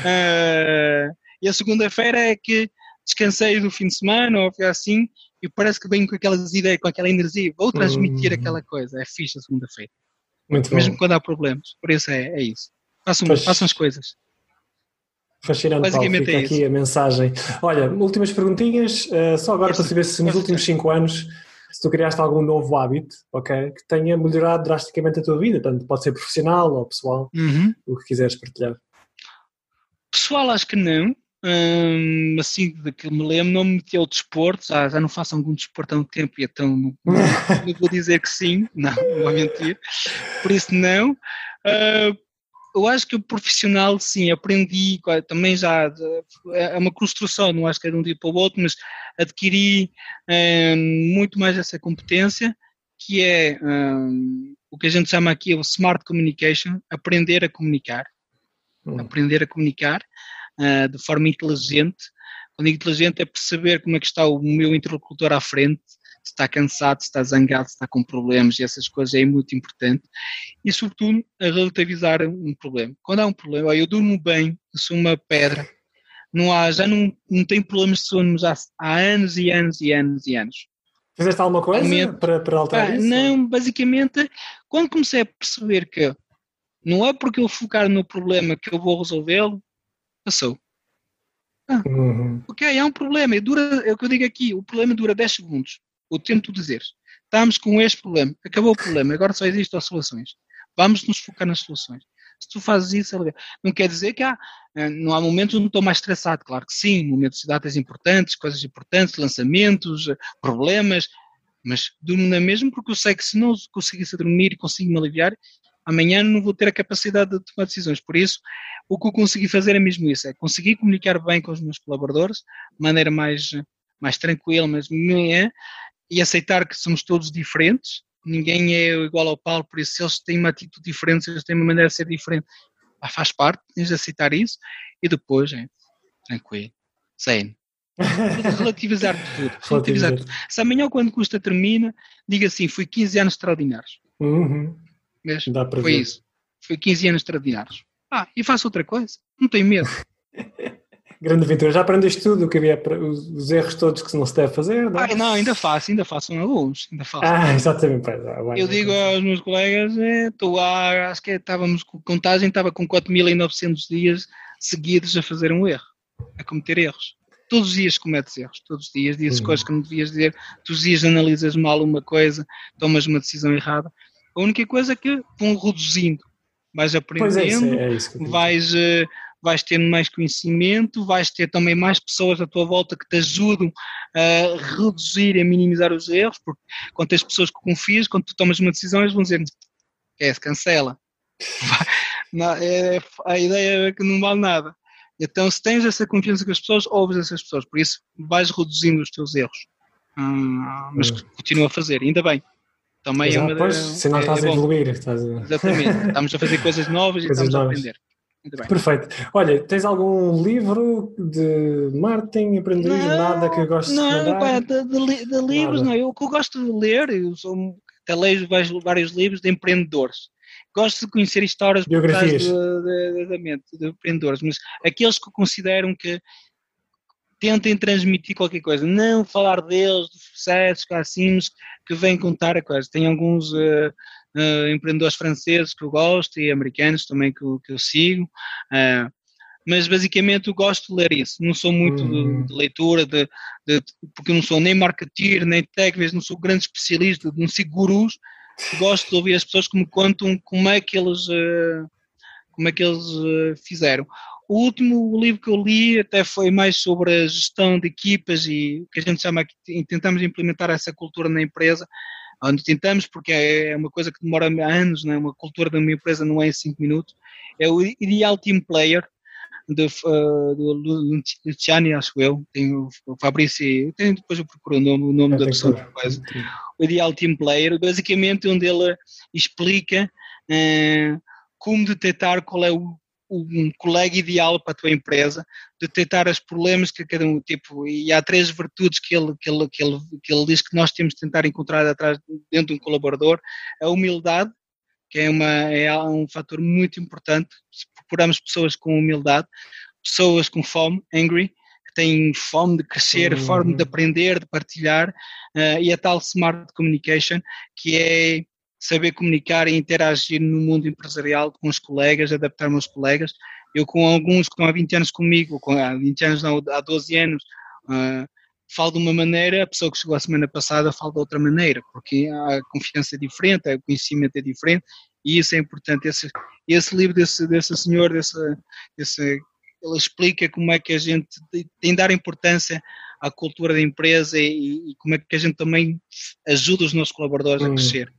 Speaker 1: Uh, e a segunda-feira é que descansei do fim de semana ou assim, e parece que venho com aquelas ideias, com aquela energia, vou transmitir hum. aquela coisa, é fixe a segunda-feira.
Speaker 2: Muito
Speaker 1: mesmo
Speaker 2: bom.
Speaker 1: Quando há problemas, por isso é, é isso. Façam, Faz... façam as coisas.
Speaker 2: Fascinante, Paulo, fica é aqui a mensagem. Olha, últimas perguntinhas, uh, só agora para saber se nos últimos cinco anos se tu criaste algum novo hábito, ok, que tenha melhorado drasticamente a tua vida, tanto pode ser profissional ou pessoal,
Speaker 1: uhum.
Speaker 2: o que quiseres partilhar.
Speaker 1: Pessoal, acho que não. Hum, assim, de que me lembro, não me meti ao desporto, já, já não faço algum desporto há um tempo e então não, não, não vou dizer que sim, não, não vou mentir, por isso não. Uh, eu acho que o profissional, sim, aprendi, também já, é uma construção, não acho que é de um dia para o outro, mas adquiri um, muito mais essa competência, que é um, o que a gente chama aqui o Smart Communication, aprender a comunicar, hum. aprender a comunicar uh, de forma inteligente. Quando digo inteligente é perceber como é que está o meu interlocutor à frente, se está cansado, se está zangado, se está com problemas, e essas coisas é muito importante. E, sobretudo, a relativizar um problema. Quando há um problema, eu durmo bem, eu sou uma pedra, não há, já não, não tenho problemas de sono já há anos e anos e anos e anos.
Speaker 2: Fizeste alguma coisa Realmente, para, para alterar ah, isso?
Speaker 1: Não, basicamente, quando comecei a perceber que não é porque eu focar no problema que eu vou resolvê-lo, passou. Ah, uhum. Ok, há um problema, e dura, é o que eu digo aqui, o problema dura dez segundos. Eu tento dizer, estamos com este problema, acabou o problema, agora só existem as soluções. Vamos nos focar nas soluções. Se tu fazes isso, não quer dizer que há, não há momentos onde estou mais estressado, claro que sim, momentos de datas importantes, coisas importantes, lançamentos, problemas, mas durmo na mesma porque eu sei que se não conseguisse dormir e consigo me aliviar, amanhã não vou ter a capacidade de tomar decisões. Por isso, o que eu consegui fazer é mesmo isso, é conseguir comunicar bem com os meus colaboradores, de maneira mais, mais tranquila, mas é, e aceitar que somos todos diferentes, ninguém é igual ao Paulo, por isso se eles têm uma atitude diferente, se eles têm uma maneira de ser diferente, faz parte, tens de aceitar isso, e depois, é, tranquilo, zen. Relativizar tudo, relativizar tudo. Se amanhã quando custa termina, diga assim, fui quinze anos extraordinários.
Speaker 2: Uhum.
Speaker 1: Mas foi ver. Isso, foi quinze anos extraordinários. Ah, e faço outra coisa, não tenho medo.
Speaker 2: Grande aventura, já aprendeste tudo o que havia, os erros todos que não se deve fazer, não é?
Speaker 1: Ah, não, ainda faço, ainda faço um alguns, ainda faço.
Speaker 2: Ah, exatamente. Vai,
Speaker 1: eu digo aos meus colegas, estou é, lá, acho que estávamos com contagem, estava com quatro mil e novecentos dias seguidos a fazer um erro, a cometer erros. Todos os dias cometes erros, todos os dias dizes hum. coisas que não devias dizer, todos os dias analisas mal uma coisa, tomas uma decisão errada. A única coisa é que vão reduzindo, vais aprendendo,
Speaker 2: é isso, é isso
Speaker 1: vais... Uh, vais tendo mais conhecimento, vais ter também mais pessoas à tua volta que te ajudam a reduzir e a minimizar os erros, porque quando tens pessoas que confias, quando tu tomas uma decisão, eles vão dizer, é, se cancela. Não, é, a ideia é que não vale nada. Então, se tens essa confiança com as pessoas, ouves essas pessoas, por isso vais reduzindo os teus erros. Hum, mas hum. continua a fazer, ainda bem. Também
Speaker 2: Exato,
Speaker 1: é uma
Speaker 2: pois, se não é, estás é a evoluir. Estás a...
Speaker 1: Exatamente, estamos a fazer coisas novas coisas e estamos novas. a aprender.
Speaker 2: Perfeito. Olha, tens algum livro de marketing, empreendedorismo, não, nada que gostes
Speaker 1: não,
Speaker 2: de recomendar?
Speaker 1: Não, de, de, de livros não. Eu, o que eu gosto de ler, eu sou, até leio vários, vários livros de empreendedores. Gosto de conhecer histórias por trás de, de, de, de, de empreendedores, mas aqueles que consideram que tentem transmitir qualquer coisa, não falar deles, dos sucessos, assim, que vêm contar a coisa. Tem alguns... Uh, Uh, empreendedores franceses que eu gosto e americanos também que eu, que eu sigo, uh, mas basicamente eu gosto de ler isso, não sou muito uhum. de, de leitura, de, de, porque eu não sou nem marketeer, nem técnico, não sou grande especialista, não sigo gurus, gosto de ouvir as pessoas que me contam como é que eles, uh, como é que eles uh, fizeram. O último livro que eu li até foi mais sobre a gestão de equipas e o que a gente chama aqui, tentamos implementar essa cultura na empresa, onde tentamos, porque é uma coisa que demora anos, não é? Uma cultura de uma empresa não é em cinco minutos, é o Ideal Team Player, de, uh, do Luciani, acho eu, tem o, o Fabrício, tem, depois eu procuro o nome, o nome da pessoa que faz, o Ideal Team Player, basicamente onde ele explica uh, como detectar qual é o um colega ideal para a tua empresa, detectar os problemas que cada um, tipo, e há três virtudes que ele, que ele, que ele, que ele diz que nós temos de tentar encontrar atrás, dentro de um colaborador, a humildade, que é, uma, é um fator muito importante, procuramos pessoas com humildade, pessoas com fome, angry, que têm fome de crescer, uhum. fome de aprender, de partilhar, uh, e a tal smart communication, que é saber comunicar e interagir no mundo empresarial com os colegas, adaptar-me aos colegas. Eu com alguns que estão há vinte anos comigo, com, há vinte anos não, há doze anos, uh, falo de uma maneira, a pessoa que chegou a semana passada fala de outra maneira, porque a confiança é diferente, o conhecimento é diferente, e isso é importante. Esse, esse livro desse, desse senhor, desse, desse, ele explica como é que a gente tem de dar importância à cultura da empresa e, e como é que a gente também ajuda os nossos colaboradores hum. a crescer.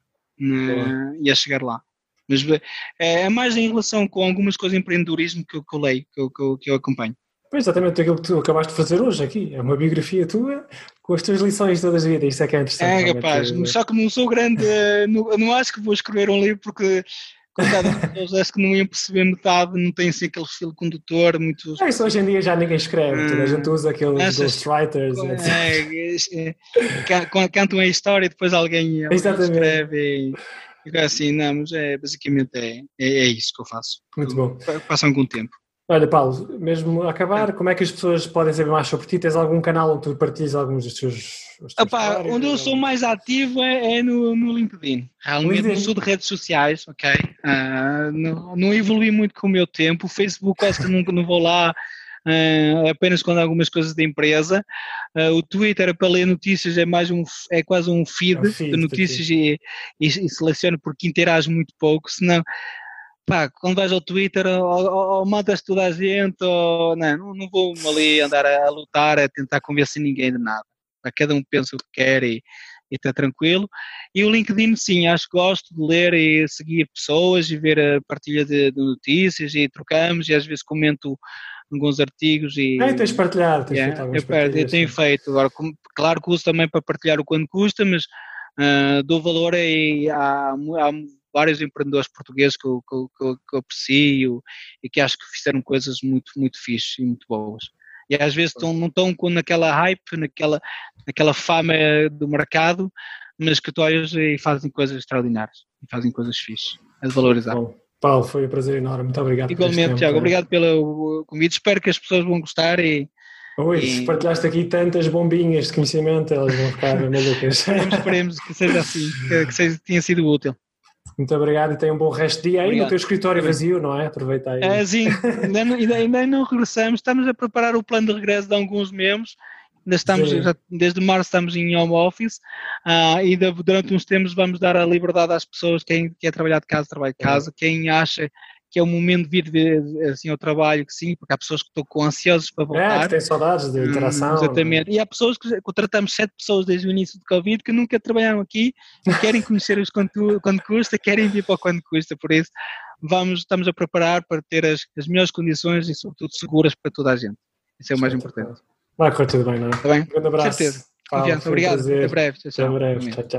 Speaker 1: Na, e a chegar lá. Mas é, é mais em relação com algumas coisas de empreendedorismo que eu, que eu leio, que eu, que, eu, que eu acompanho.
Speaker 2: Pois exatamente aquilo que tu acabaste de fazer hoje aqui, é uma biografia tua com as tuas lições todas da vida, isso é que é interessante.
Speaker 1: É, rapaz, só que não sou grande, não, não acho que vou escrever um livro porque coitado, as pessoas acho que não iam perceber metade, não tem assim aquele filo condutor muito...
Speaker 2: É isso, hoje em dia já ninguém escreve, toda a gente usa aqueles
Speaker 1: Achas,
Speaker 2: ghostwriters.
Speaker 1: É, é, cantam a história e depois alguém, alguém escreve e, e assim, não, mas é, basicamente é, é, é isso que eu faço.
Speaker 2: Muito bom.
Speaker 1: Passam algum tempo.
Speaker 2: Olha, Paulo, mesmo a acabar, como é que as pessoas podem saber mais sobre ti? Tens algum canal onde tu partilhas alguns dos teus...
Speaker 1: Opa, onde eu sou mais ativo é, é no, no LinkedIn. Realmente LinkedIn. Não sou de redes sociais, ok? Uh, não, não evolui muito com o meu tempo. O Facebook quase que nunca não vou lá, uh, apenas quando há algumas coisas da empresa. Uh, o Twitter para ler notícias é mais um, é quase um feed, é um feed de notícias e, e, e seleciono porque interage muito pouco, senão... Pá, quando vais ao Twitter, ou, ou, ou matas toda a gente, ou não, não vou ali andar a, a lutar, a tentar convencer ninguém de nada. Pá, cada um pensa o que quer e está tranquilo. E o LinkedIn, sim, acho que gosto de ler e seguir pessoas e ver a partilha de, de notícias e trocamos e às vezes comento alguns artigos. E
Speaker 2: é, tens partilhado, tens
Speaker 1: yeah,
Speaker 2: feito algumas
Speaker 1: eu,
Speaker 2: partilhas.
Speaker 1: Eu tenho sim. feito. Agora, claro que uso também para partilhar o quanto custa, mas uh, dou valor aí a vários empreendedores portugueses que eu, que, eu, que eu aprecio e que acho que fizeram coisas muito, muito fixes e muito boas. E às vezes estão, não estão naquela hype, naquela, naquela fama do mercado, mas que tu olhas e fazem coisas extraordinárias e fazem coisas fixes. É de valorizar.
Speaker 2: Bom, Paulo, foi um prazer enorme. Muito obrigado.
Speaker 1: Igualmente, Tiago. Obrigado pelo convite. Espero que as pessoas vão gostar e...
Speaker 2: Oi,
Speaker 1: e...
Speaker 2: se partilhaste aqui tantas bombinhas de conhecimento, elas vão ficar malucas.
Speaker 1: Esperemos, esperemos que seja assim, que, que seja, tenha sido útil.
Speaker 2: Muito obrigado e tenha um bom resto de dia aí obrigado. No teu escritório
Speaker 1: Obrigado.
Speaker 2: Vazio, não é? Aproveita aí.
Speaker 1: É, sim, ainda não, ainda, ainda não regressamos, estamos a preparar o plano de regresso de alguns membros, ainda estamos, já, desde março estamos em home office uh, e de, durante uns tempos vamos dar a liberdade às pessoas, quem quer trabalhar de casa, trabalha de casa, é. Quem acha que é o momento de vir assim, ao trabalho, que sim, porque há pessoas que estão com ansiosos para voltar.
Speaker 2: É, que têm saudades de interação.
Speaker 1: Hum, exatamente. Não? E há pessoas que contratamos sete pessoas desde o início do Covid que nunca trabalharam aqui e querem conhecer os quanto, quanto custa, querem vir para o quanto custa, por isso vamos, estamos a preparar para ter as, as melhores condições e sobretudo seguras para toda a gente. Isso é o mais importante.
Speaker 2: Vai correr tudo bem, não é?
Speaker 1: Está bem?
Speaker 2: Um grande abraço.
Speaker 1: Com certeza. Confiança. Obrigado. Até breve. Tchau, tchau.
Speaker 2: Até breve. Tchau, tchau.